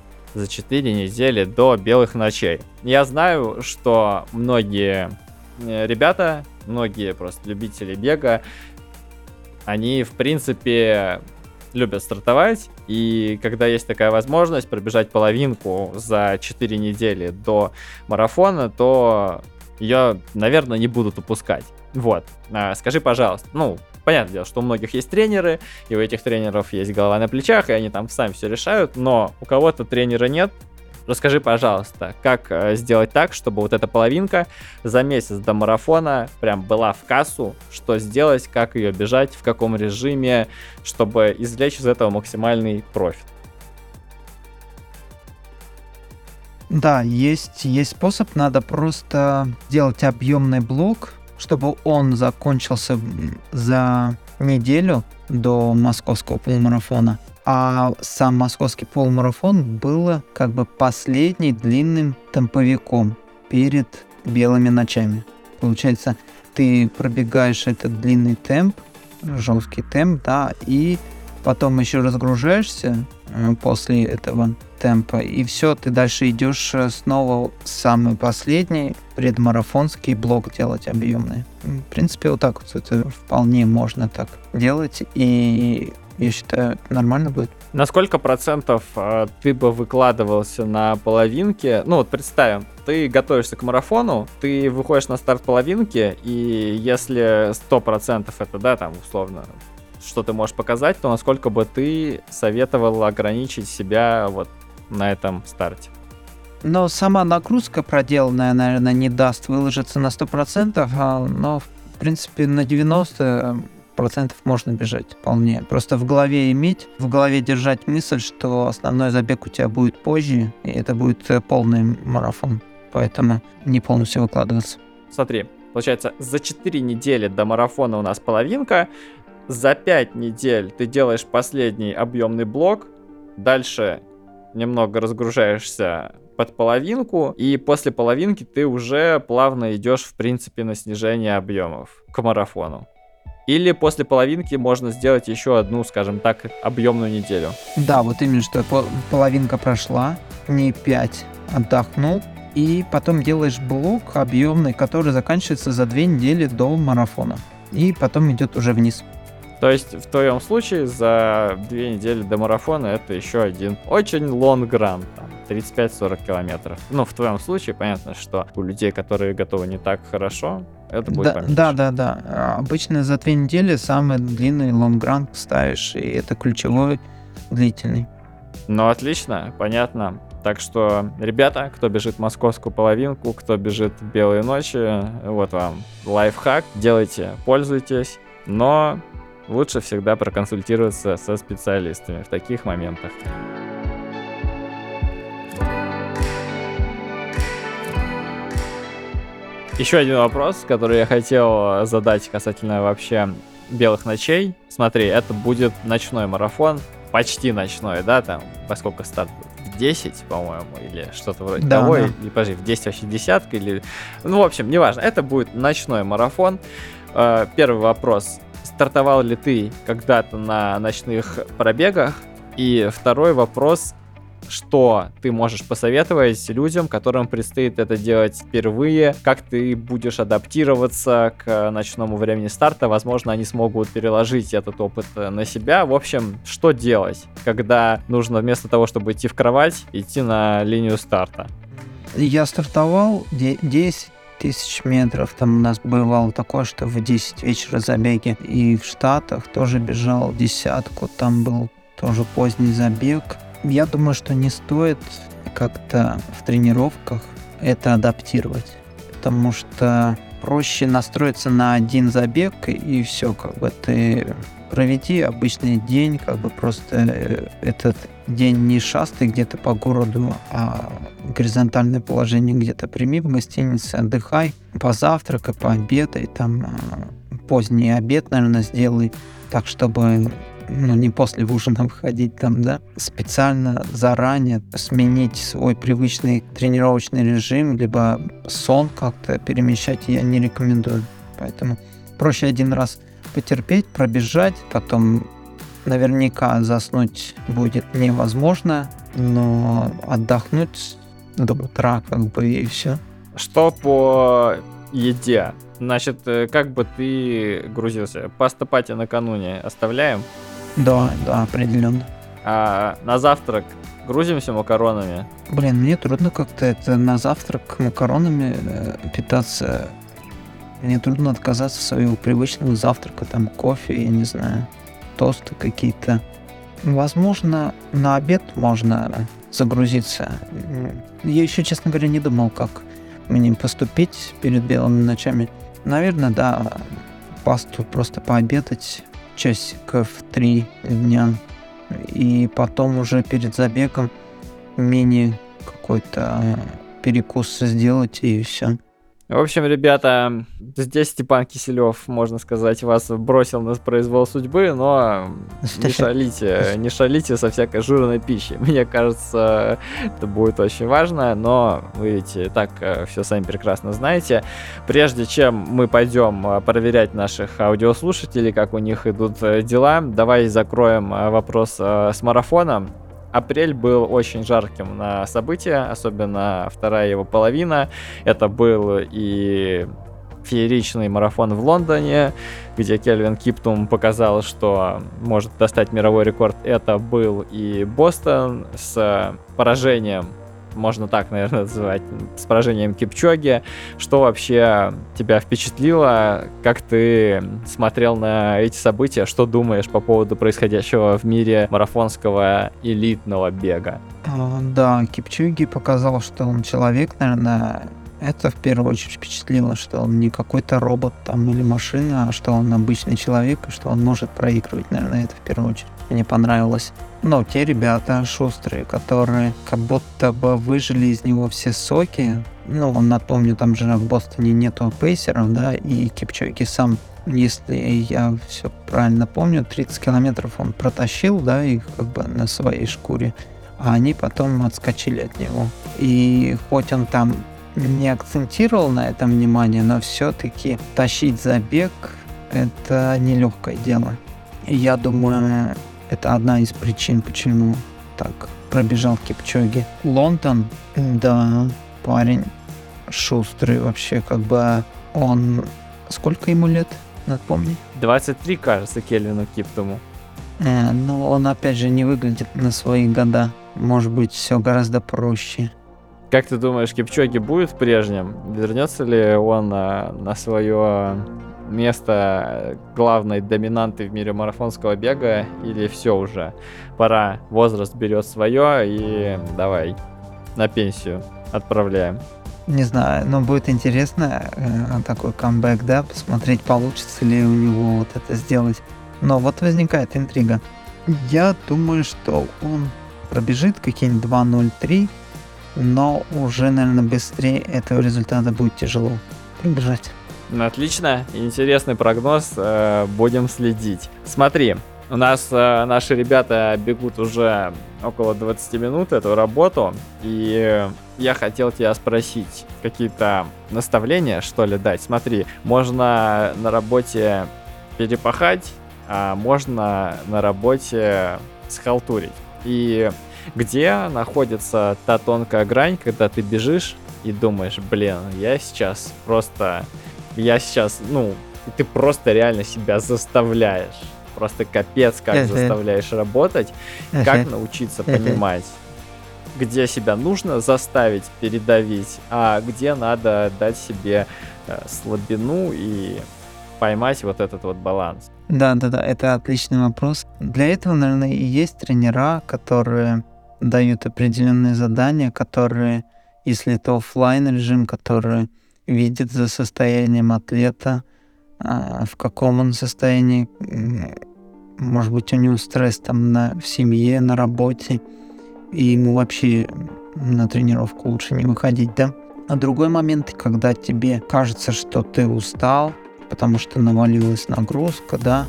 B: белых ночей. Я знаю, что многие ребята, многие просто любители бега, они, в принципе, любят стартовать, и когда есть такая возможность пробежать половинку за 4 недели до марафона, то ее, наверное, не будут упускать. Вот. Скажи, пожалуйста, понятное дело, что у многих есть тренеры, и у этих тренеров есть голова на плечах, и они там сами все решают, но у кого-то тренера нет. Расскажи, пожалуйста, как сделать так, чтобы вот эта половинка за месяц до марафона прям была в кассу, что сделать, как ее бежать, в каком режиме, чтобы извлечь из этого максимальный профит.
C: Да, есть способ, надо просто делать объемный блок, чтобы он закончился за неделю до московского полумарафона. А сам московский полумарафон был как бы последним длинным темповиком перед белыми ночами. Получается, ты пробегаешь этот длинный темп, жесткий темп, да, и потом еще разгружаешься после этого темпа, и все, ты дальше идешь снова самый последний предмарафонский блок делать объемный. В принципе, вот так вот это вполне можно так делать, и я считаю, нормально будет.
B: На сколько процентов ты бы выкладывался на половинке? Представим, ты готовишься к марафону, ты выходишь на старт половинки, и если 100% это, да, там, условно, что ты можешь показать, то насколько бы ты советовал ограничить себя вот на этом старте?
C: Но сама нагрузка проделанная, наверное, не даст выложиться на 100%, но, в принципе, на 90% можно бежать вполне. Просто в голове держать мысль, что основной забег у тебя будет позже, и это будет полный марафон. Поэтому не полностью выкладываться.
B: Смотри, получается, за 4 недели до марафона у нас половинка, за 5 недель ты делаешь последний объемный блок, дальше немного разгружаешься под половинку, и после половинки ты уже плавно идешь, в принципе, на снижение объемов к марафону. Или после половинки можно сделать еще одну, скажем так, объемную неделю.
C: Да, вот именно, что половинка прошла, не 5 отдохнул, и потом делаешь блок объемный, который заканчивается за 2 недели до марафона. И потом идет уже вниз.
B: То есть в твоем случае за 2 недели до марафона это еще один очень лонг-ран, 35-40 километров. В твоем случае понятно, что у людей, которые готовы не так хорошо, это будет поменьше.
C: Да. Обычно за 2 недели самый длинный лонгран ставишь, и это ключевой, длительный.
B: Отлично, понятно. Так что, ребята, кто бежит московскую половинку, кто бежит белые ночи, вот вам лайфхак, делайте, пользуйтесь, но лучше всегда проконсультироваться со специалистами в таких моментах. Еще один вопрос, который я хотел задать касательно вообще белых ночей. Смотри, это будет ночной марафон, почти ночной, да, там, поскольку старт в 10, по-моему, или что-то вроде
C: Да,
B: того.
C: да.
B: Или, подожди, в 10 вообще десятка, или... Ну, в общем, неважно. Это будет ночной марафон. Первый вопрос. Стартовал ли ты когда-то на ночных пробегах? И второй вопрос. Что ты можешь посоветовать людям, которым предстоит это делать впервые? Как ты будешь адаптироваться к ночному времени старта? Возможно, они смогут переложить этот опыт на себя. В общем, что делать, когда нужно вместо того, чтобы идти в кровать, идти на линию старта?
C: Я стартовал 10 тысяч метров. Там у нас бывало такое, что в 10 вечера забеги. И в Штатах тоже бежал десятку. Там был тоже поздний забег. Я думаю, что не стоит как-то в тренировках это адаптировать, потому что проще настроиться на один забег и все, как бы ты проведи обычный день, как бы просто этот день не шастай где-то по городу, а горизонтальное положение где-то прими в гостинице, отдыхай, позавтракай, пообедай, там поздний обед, наверное, сделай так, чтобы не после ужина выходить там, да, специально заранее сменить свой привычный тренировочный режим, либо сон как-то перемещать я не рекомендую. Поэтому проще один раз потерпеть, пробежать, потом наверняка заснуть будет невозможно, но отдохнуть до утра как бы и все.
B: Что по еде? Значит, как бы ты грузился? Паста-пати накануне оставляем?
C: Да, определенно.
B: А на завтрак грузимся макаронами?
C: Блин, мне трудно как-то это на завтрак макаронами питаться. Мне трудно отказаться от своего привычного завтрака, там кофе, я не знаю, тосты какие-то. Возможно, на обед можно загрузиться. Я еще, честно говоря, не думал, как мне поступить перед белыми ночами. Наверное, да, пасту просто пообедать часиков 3 дня. И потом уже перед забегом мини какой-то перекус сделать и все.
B: В общем, ребята, здесь Степан Киселев, можно сказать, вас бросил на произвол судьбы, но не шалите со всякой жирной пищей. Мне кажется, это будет очень важно, но вы ведь и так все сами прекрасно знаете. Прежде чем мы пойдем проверять наших аудиослушателей, как у них идут дела, давай закроем вопрос с марафоном. Апрель был очень жарким на события, особенно вторая его половина. Это был и фееричный марафон в Лондоне, где Кельвин Киптум показал, что может достать мировой рекорд. Это был и Бостон с поражением, можно так, наверное, называть, с поражением Кипчоги. Что вообще тебя впечатлило? Как ты смотрел на эти события? Что думаешь по поводу происходящего в мире марафонского элитного бега?
C: Да, Кипчоги показал, что он человек, наверное. Это в первую очередь впечатлило, что он не какой-то робот там или машина, а что он обычный человек, и что он может проигрывать, наверное, это в первую очередь. Мне понравилось. Но те ребята шустрые, которые как будто бы выжили из него все соки. Напомню, там же в Бостоне нету пейсеров, да, и Кипчоги сам, если я все правильно помню, 30 километров он протащил, да, их как бы на своей шкуре, а они потом отскочили от него. И хоть он там не акцентировал на этом внимание, но все-таки тащить забег — это нелегкое дело. И я думаю, это одна из причин, почему так пробежал Кипчоги. Лондон, да, парень шустрый вообще, как бы он... Сколько ему лет, напомни?
B: 23, кажется, Кельвину Киптуму.
C: Но он, опять же, не выглядит на свои года. Может быть, все гораздо проще.
B: Как ты думаешь, Кипчоги будет прежним? Вернется ли он на свое место главной доминанты в мире марафонского бега? Или все уже? Пора, возраст берет свое и давай на пенсию отправляем.
C: Не знаю, но будет интересно такой камбэк, да, посмотреть, получится ли у него вот это сделать. Но вот возникает интрига. Я думаю, что он пробежит какие-нибудь 2:03, но уже, наверное, быстрее этого результата будет тяжело пробежать.
B: Отлично, интересный прогноз, будем следить. Смотри, У нас наши ребята бегут уже около 20 минут эту работу, и я хотел тебя спросить, какие-то наставления, что ли, дать? Смотри, можно на работе перепахать, а можно на работе схалтурить. И где находится та тонкая грань, когда ты бежишь и думаешь, блин, и ты просто реально себя заставляешь. Просто капец, как заставляешь работать. Как научиться понимать, где себя нужно заставить, передавить, а где надо дать себе слабину и поймать вот этот вот баланс.
C: Да, это отличный вопрос. Для этого, наверное, и есть тренера, которые дают определенные задания, которые, если это оффлайн режим, который видит за состоянием атлета, в каком он состоянии, может быть, у него стресс там в семье, на работе, и ему вообще на тренировку лучше не выходить, да? А другой момент, когда тебе кажется, что ты устал, потому что навалилась нагрузка, да,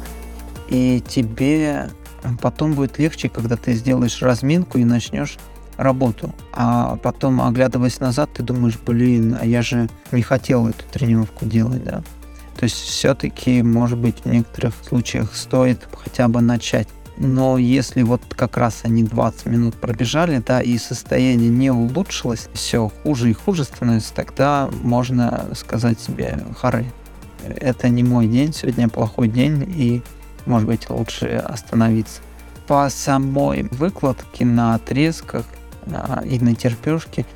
C: и тебе потом будет легче, когда ты сделаешь разминку и начнешь работу. А потом, оглядываясь назад, ты думаешь, блин, а я же не хотел эту тренировку делать, да. То есть все-таки, может быть, в некоторых случаях стоит хотя бы начать. Но если вот как раз они 20 минут пробежали, да, и состояние не улучшилось, все хуже и хуже становится, тогда можно сказать себе, хары, это не мой день, сегодня плохой день, и, может быть, лучше остановиться. По самой выкладке на отрезках и на терпешке,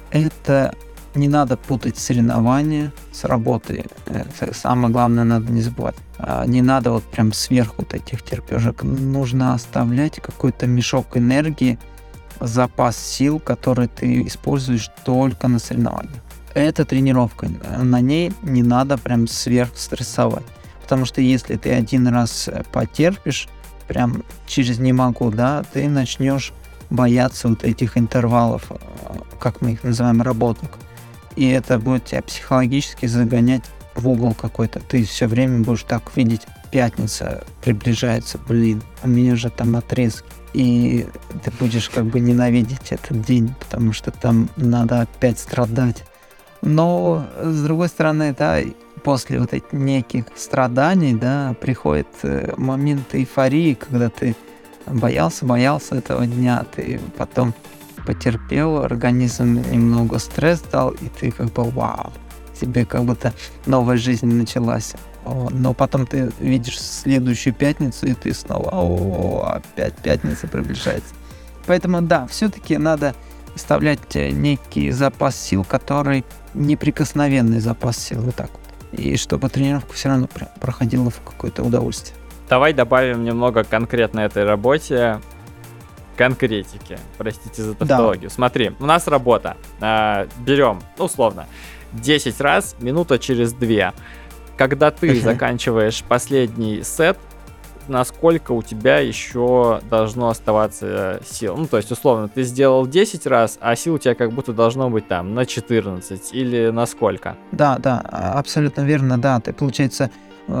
C: это не надо путать соревнования с работой. Это самое главное, надо не забывать. Не надо вот прям сверху вот этих терпежек. Нужно оставлять какой-то мешок энергии, запас сил, который ты используешь только на соревнованиях. Это тренировка. На ней не надо прям сверхстрессовать. Потому что если ты один раз потерпишь, прям через не могу, да, ты начнешь бояться вот этих интервалов, как мы их называем, работок. И это будет тебя психологически загонять в угол какой-то. Ты все время будешь так видеть, пятница приближается, блин, у меня же там отрезки. И ты будешь как бы ненавидеть этот день, потому что там надо опять страдать. Но, с другой стороны, да, после вот этих неких страданий, да, приходит момент эйфории, когда ты боялся этого дня, ты потом потерпел, организм немного стресс дал, и ты как бы вау, тебе как будто новая жизнь началась. Но потом ты видишь следующую пятницу, и ты снова опять пятница приближается. Поэтому да, все-таки надо оставлять некий запас сил, который неприкосновенный запас сил, вот так вот. И чтобы тренировка все равно проходила в какое-то удовольствие.
B: Давай добавим немного конкретно этой работе конкретики. Простите за тавтологию. Да. Смотри, у нас работа. Берем, условно, 10 раз, минута через 2. Когда ты заканчиваешь последний сет, насколько у тебя еще должно оставаться сил? Ну, то есть, условно, ты сделал 10 раз, а сил у тебя как будто должно быть там на 14 или на сколько? Да,
C: абсолютно верно, да. Ты, получается,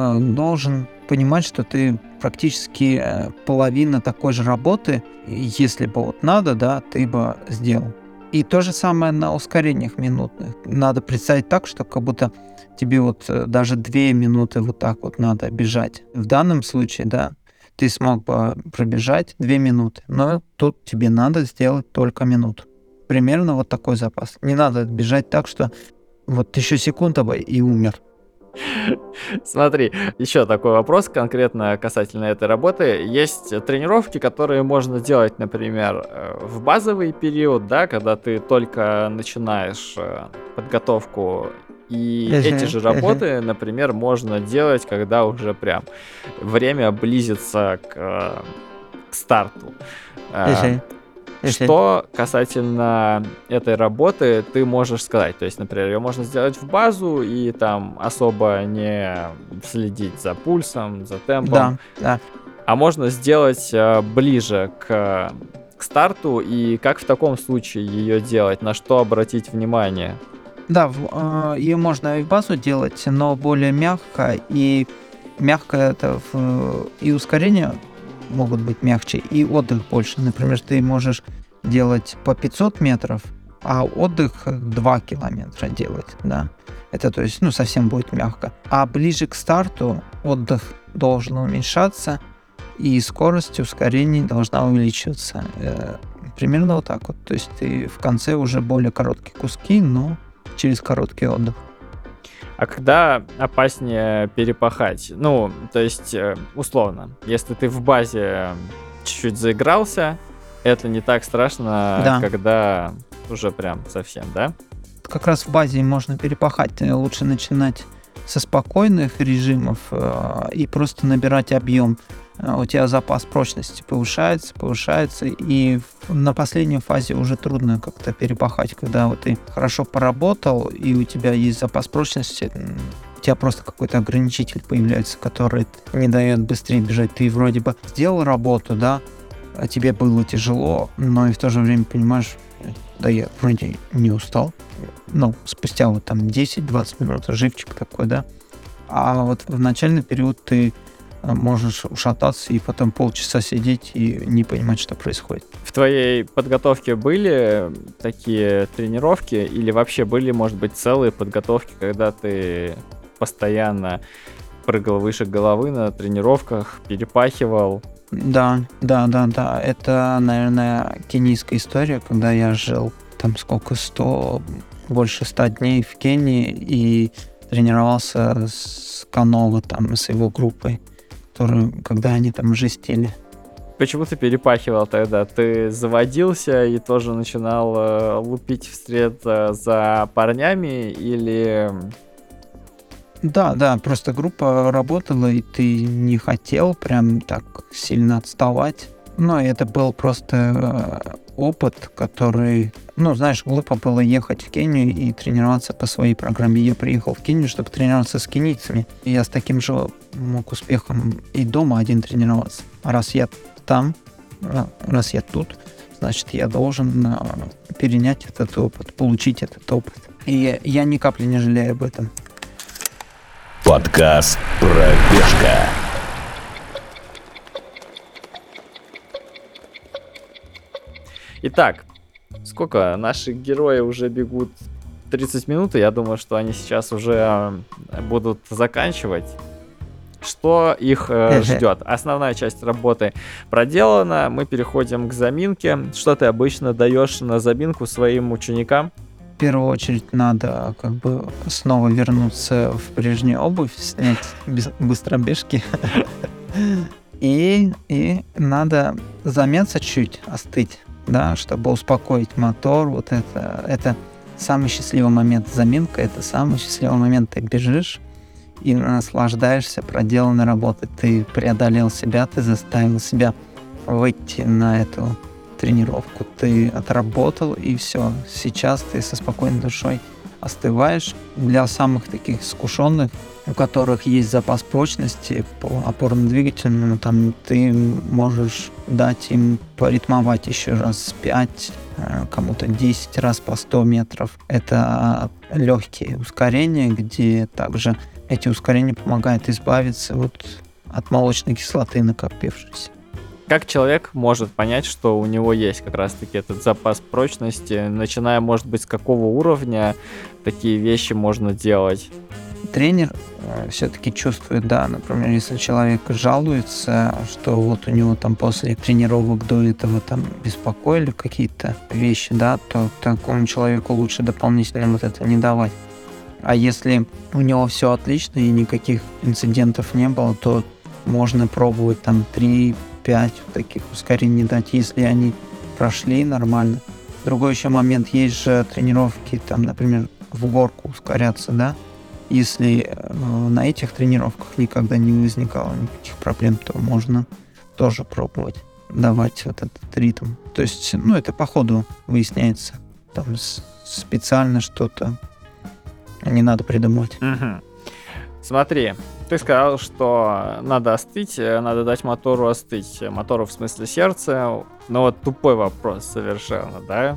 C: должен понимать, что ты практически половина такой же работы, если бы вот надо, да, ты бы сделал. И то же самое на ускорениях минутных. Надо представить так, что как будто тебе вот даже 2 минуты вот так вот надо бежать. В данном случае, да, ты смог бы пробежать 2 минуты, но тут тебе надо сделать только минуту. Примерно вот такой запас. Не надо бежать так, что вот еще секунда бы и умер.
B: Смотри, еще такой вопрос конкретно касательно этой работы. Есть тренировки, которые можно делать, например, в базовый период, да, когда ты только начинаешь подготовку. И эти же работы, например, можно делать, когда уже прям время близится к старту. Что касательно этой работы ты можешь сказать? То есть, например, ее можно сделать в базу и там особо не следить за пульсом, за темпом.
C: Да.
B: А можно сделать ближе к старту, и как в таком случае ее делать? На что обратить внимание?
C: Да, ее можно и в базу делать, но более мягко, и мягко это и ускорение могут быть мягче, и отдых больше. Например, ты можешь делать по 500 метров, а отдых 2 километра делать, да. Это, то есть, совсем будет мягко. А ближе к старту отдых должен уменьшаться, и скорость ускорений должна увеличиваться. Примерно вот так вот. То есть ты в конце уже более короткие куски, но через короткий отдых.
B: А когда опаснее перепахать? То есть, условно, если ты в базе чуть-чуть заигрался, это не так страшно,
C: Да.
B: Когда уже прям совсем, да?
C: Как раз в базе можно перепахать. Лучше начинать со спокойных режимов и просто набирать объем. У тебя запас прочности повышается, и на последней фазе уже трудно как-то перепахать, когда вот ты хорошо поработал, и у тебя есть запас прочности, у тебя просто какой-то ограничитель появляется, который не дает быстрее бежать. Ты вроде бы сделал работу, да, а тебе было тяжело, но и в то же время понимаешь, да я вроде не устал. Спустя вот там 10-20 минут живчик такой, да. А вот в начальный период ты можешь ушататься и потом полчаса сидеть и не понимать, что происходит.
B: В твоей подготовке были такие тренировки или вообще были, может быть, целые подготовки, когда ты постоянно прыгал выше головы на тренировках, перепахивал?
C: Да. Это, наверное, кенийская история, когда я жил там больше 100 дней в Кении и тренировался с Канова, там, с его группой, когда они там жестили.
B: Почему ты перепахивал тогда? Ты заводился и тоже начинал лупить вслед за парнями или...
C: Да, просто группа работала, и ты не хотел прям так сильно отставать. Но это был просто опыт, который... знаешь, глупо было ехать в Кению и тренироваться по своей программе. Я приехал в Кению, чтобы тренироваться с кенийцами. И я с таким же мог успехом и дома один тренироваться. А раз я тут, значит, я должен перенять этот опыт, получить этот опыт. И я ни капли не жалею об этом.
A: Подкаст «Пробежка».
B: Итак, сколько наши герои уже бегут? 30 минут, и я думаю, что они сейчас уже будут заканчивать. Что их ждет? Основная часть работы проделана, мы переходим к заминке. Что ты обычно даешь на заминку своим ученикам?
C: В первую очередь надо снова вернуться в прежнюю обувь, снять быстробежки. И надо замяться чуть, остыть, да, чтобы успокоить мотор. Вот это самый счастливый момент. Заминка — это самый счастливый момент. Ты бежишь и наслаждаешься проделанной работой. Ты преодолел себя, ты заставил себя выйти на эту тренировку. Ты отработал, и все. Сейчас ты со спокойной душой остываешь. Для самых таких искушенных, у которых есть запас прочности по опорно-двигательному, там ты можешь дать им поритмовать еще раз 5, кому-то 10 раз по 100 метров. Это легкие ускорения, где также эти ускорения помогают избавиться от молочной кислоты, накопившейся.
B: Как человек может понять, что у него есть как раз-таки этот запас прочности, начиная, может быть, с какого уровня такие вещи можно делать?
C: Тренер все-таки чувствует, да, например, если человек жалуется, что вот у него там после тренировок до этого там беспокоили какие-то вещи, да, то такому человеку лучше дополнительно вот это не давать. А если у него все отлично и никаких инцидентов не было, то можно пробовать там 3-5 таких ускорений дать, если они прошли нормально. Другой еще момент, есть же тренировки, там, например, в горку ускоряться, да. Если на этих тренировках никогда не возникало никаких проблем, то можно тоже пробовать давать вот этот ритм. То есть, это по ходу выясняется. Там специально что-то не надо придумывать.
B: Угу. Смотри, ты сказал, что надо остыть, надо дать мотору остыть. Мотору в смысле сердца. Но вот тупой вопрос совершенно, да?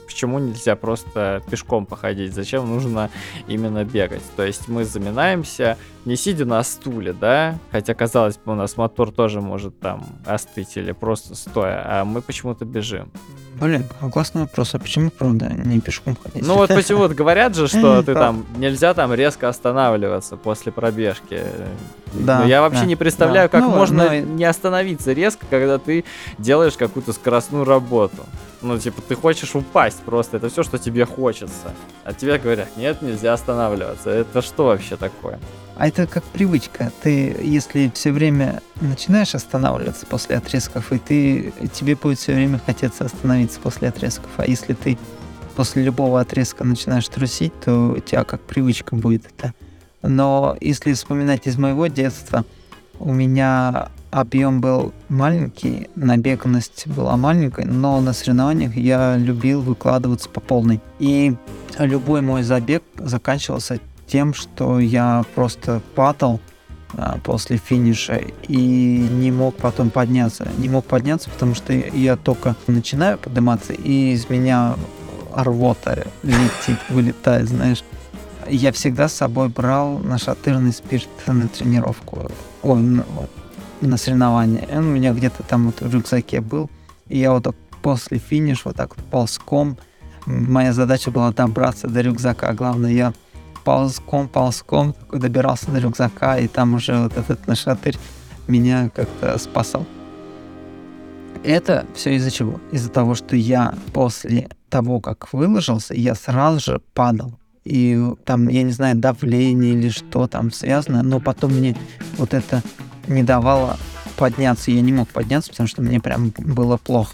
B: почему нельзя просто пешком походить, зачем нужно именно бегать. То есть мы заминаемся, не сидя на стуле, да, хотя, казалось бы, у нас мотор тоже может там остыть или просто стоя, а мы почему-то бежим.
C: Блин, классный вопрос. А почему, правда, не пешком ходить?
B: Ну вот почему вот говорят же, что ты там нельзя там резко останавливаться после пробежки.
C: Да,
B: но я вообще
C: да,
B: не представляю,
C: да.
B: как
C: Ну,
B: можно
C: но-
B: не остановиться резко, когда ты делаешь какую-то скоростную работу. Ну, типа, ты хочешь упасть просто, это все, что тебе хочется. А тебе говорят, нет, нельзя останавливаться. Это что вообще такое?
C: А это как привычка. Ты, если все время начинаешь останавливаться после отрезков, и тебе будет все время хотеться остановиться после отрезков. А если ты после любого отрезка начинаешь трусить, то у тебя как привычка будет это. Но если вспоминать из моего детства, у меня объем был маленький, набеганность была маленькой, но на соревнованиях я любил выкладываться по полной. И любой мой забег заканчивался тем, что я просто падал после финиша и не мог потом подняться. Не мог подняться, потому что я только начинаю подниматься, и из меня рвота летит, вылетает, знаешь. Я всегда с собой брал нашатырный спирт на тренировку, на соревнования. Он у меня где-то там вот в рюкзаке был, и я вот так после финиша вот так вот ползком, моя задача была добраться до рюкзака, главное, я ползком такой добирался до рюкзака, и там уже вот этот нашатырь меня как-то спасал. Это все из-за чего? Из-за того, что я после того, как выложился, я сразу же падал. И там, я не знаю, давление или что там связано, но потом мне вот это не давало подняться. Я не мог подняться, потому что мне прям было плохо.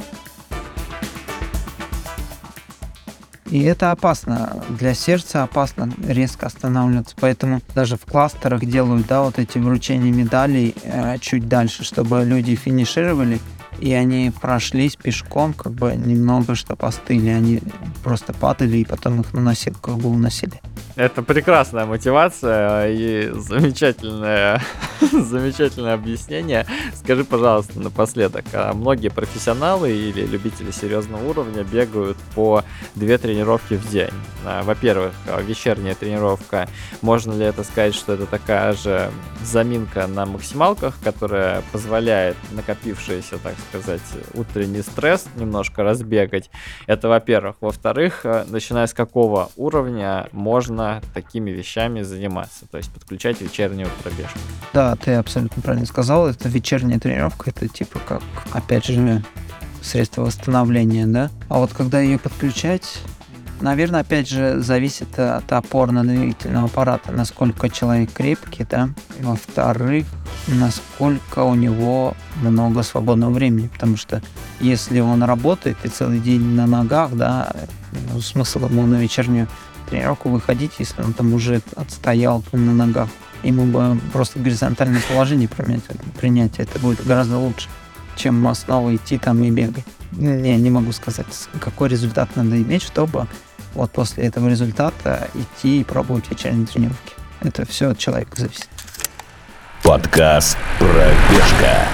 C: И это опасно. Для сердца опасно резко останавливаться. Поэтому даже в кластерах делают, да, вот эти вручения медалей чуть дальше, чтобы люди финишировали, и они прошлись пешком, как бы немного, чтобы остыли. Они просто падали, и потом их на носилках бы уносили.
B: Это прекрасная мотивация и замечательное объяснение. Скажи, пожалуйста, напоследок, а многие профессионалы или любители серьезного уровня бегают по 2 тренировки в день. Во-первых, вечерняя тренировка. Можно ли это сказать, что это такая же заминка на максималках, которая позволяет накопившийся, так сказать, утренний стресс немножко разбегать? Это во-первых. Во-вторых, начиная с какого уровня можно такими вещами заниматься, то есть подключать вечернюю пробежку?
C: Да, ты абсолютно правильно сказал. Это вечерняя тренировка, это типа как, опять же, средство восстановления, да? А вот когда ее подключать, наверное, опять же, зависит от опорно-двигательного аппарата, насколько человек крепкий, да? Во-вторых, насколько у него много свободного времени, потому что если он работает и целый день на ногах, да, смысл ему на вечернюю тренировку выходить, если он там уже отстоял на ногах. Ему бы просто горизонтальное положение принять. Это будет гораздо лучше, чем снова идти там и бегать. Не могу сказать, какой результат надо иметь, чтобы вот после этого результата идти и пробовать вечерние тренировки. Это все от человека зависит.
A: Подкаст «Пробежка».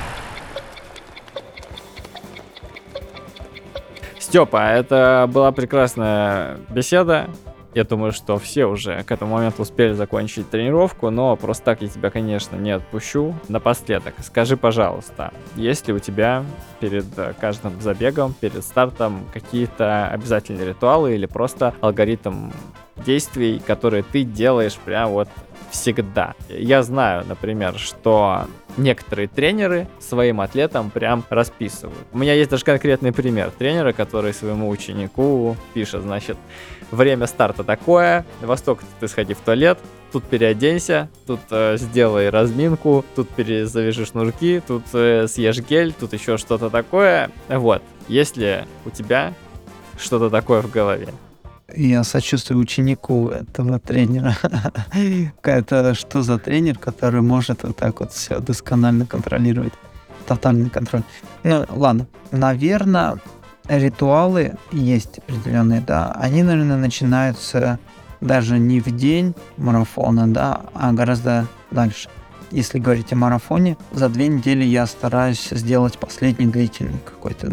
B: Степа, это была прекрасная беседа. Я думаю, что все уже к этому моменту успели закончить тренировку, но просто так я тебя, конечно, не отпущу. Напоследок, скажи, пожалуйста, есть ли у тебя перед каждым забегом, перед стартом какие-то обязательные ритуалы или просто алгоритм действий, которые ты делаешь прям вот всегда? Я знаю, например, что некоторые тренеры своим атлетам прям расписывают. У меня есть даже конкретный пример тренера, который своему ученику пишет, значит, время старта такое, во столько ты сходи в туалет, тут переоденься, тут сделай разминку, тут завяжи шнурки, тут съешь гель, тут еще что-то такое. Вот, есть ли у тебя что-то такое в голове?
C: Я сочувствую ученику этого тренера. Это что за тренер, который может вот так вот все досконально контролировать? Тотальный контроль. Ну, ладно. Наверное, ритуалы есть определенные, да. Они, наверное, начинаются даже не в день марафона, да, а гораздо дальше. Если говорить о марафоне, за 2 недели я стараюсь сделать последний длительный какой-то, да.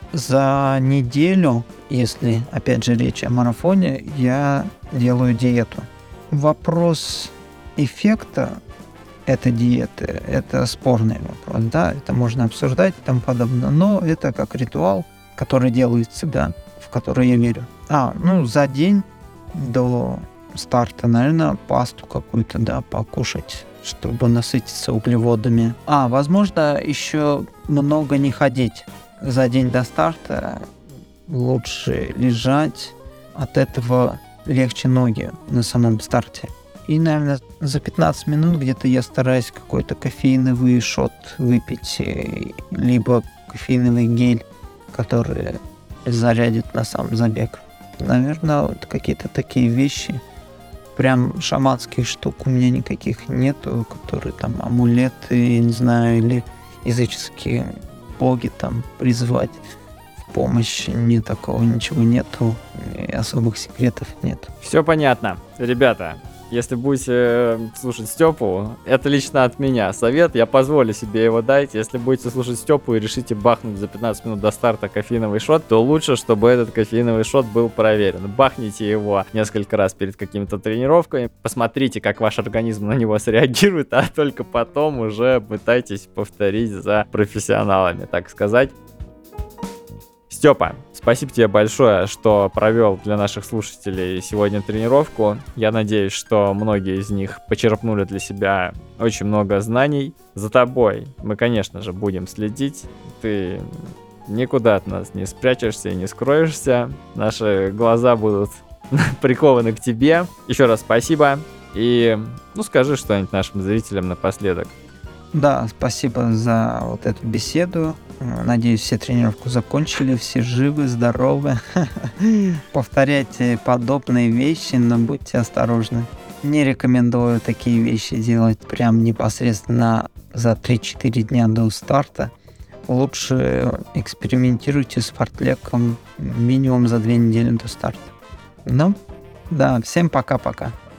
C: За неделю, если, опять же, речь о марафоне, я делаю диету. Вопрос эффекта этой диеты — это спорный вопрос, да, это можно обсуждать и тому подобное, но это как ритуал, который делается, да, в который я верю. За день до старта, наверное, пасту какую-то, да, покушать, чтобы насытиться углеводами. Возможно, еще много не ходить. За день до старта лучше лежать, от этого легче ноги на самом старте. И, наверное, за 15 минут где-то я стараюсь какой-то кофеиновый шот выпить, либо кофеиновый гель, который зарядит на сам забег. Наверное, вот какие-то такие вещи. Прям шаманских штук у меня никаких нету, которые там амулеты, я не знаю, или языческие боги там призвать в помощь. Ни такого ничего нету, и особых секретов нет.
B: Все понятно. Ребята, если будете слушать Степу, это лично от меня совет, я позволю себе его дать. Если будете слушать Степу и решите бахнуть за 15 минут до старта кофеиновый шот, то лучше, чтобы этот кофеиновый шот был проверен. Бахните его несколько раз перед какими-то тренировками, посмотрите, как ваш организм на него среагирует, а только потом уже пытайтесь повторить за профессионалами, так сказать. Степа, спасибо тебе большое, что провел для наших слушателей сегодня тренировку. Я надеюсь, что многие из них почерпнули для себя очень много знаний. За тобой мы, конечно же, будем следить. Ты никуда от нас не спрячешься и не скроешься. Наши глаза будут прикованы к тебе. Еще раз спасибо. И скажи что-нибудь нашим зрителям напоследок.
C: Да, спасибо за вот эту беседу. Надеюсь, все тренировку закончили, все живы, здоровы. Повторяйте подобные вещи, но будьте осторожны. Не рекомендую такие вещи делать прям непосредственно за 3-4 дня до старта. Лучше экспериментируйте с фартлеком минимум за 2 недели до старта. Всем пока-пока.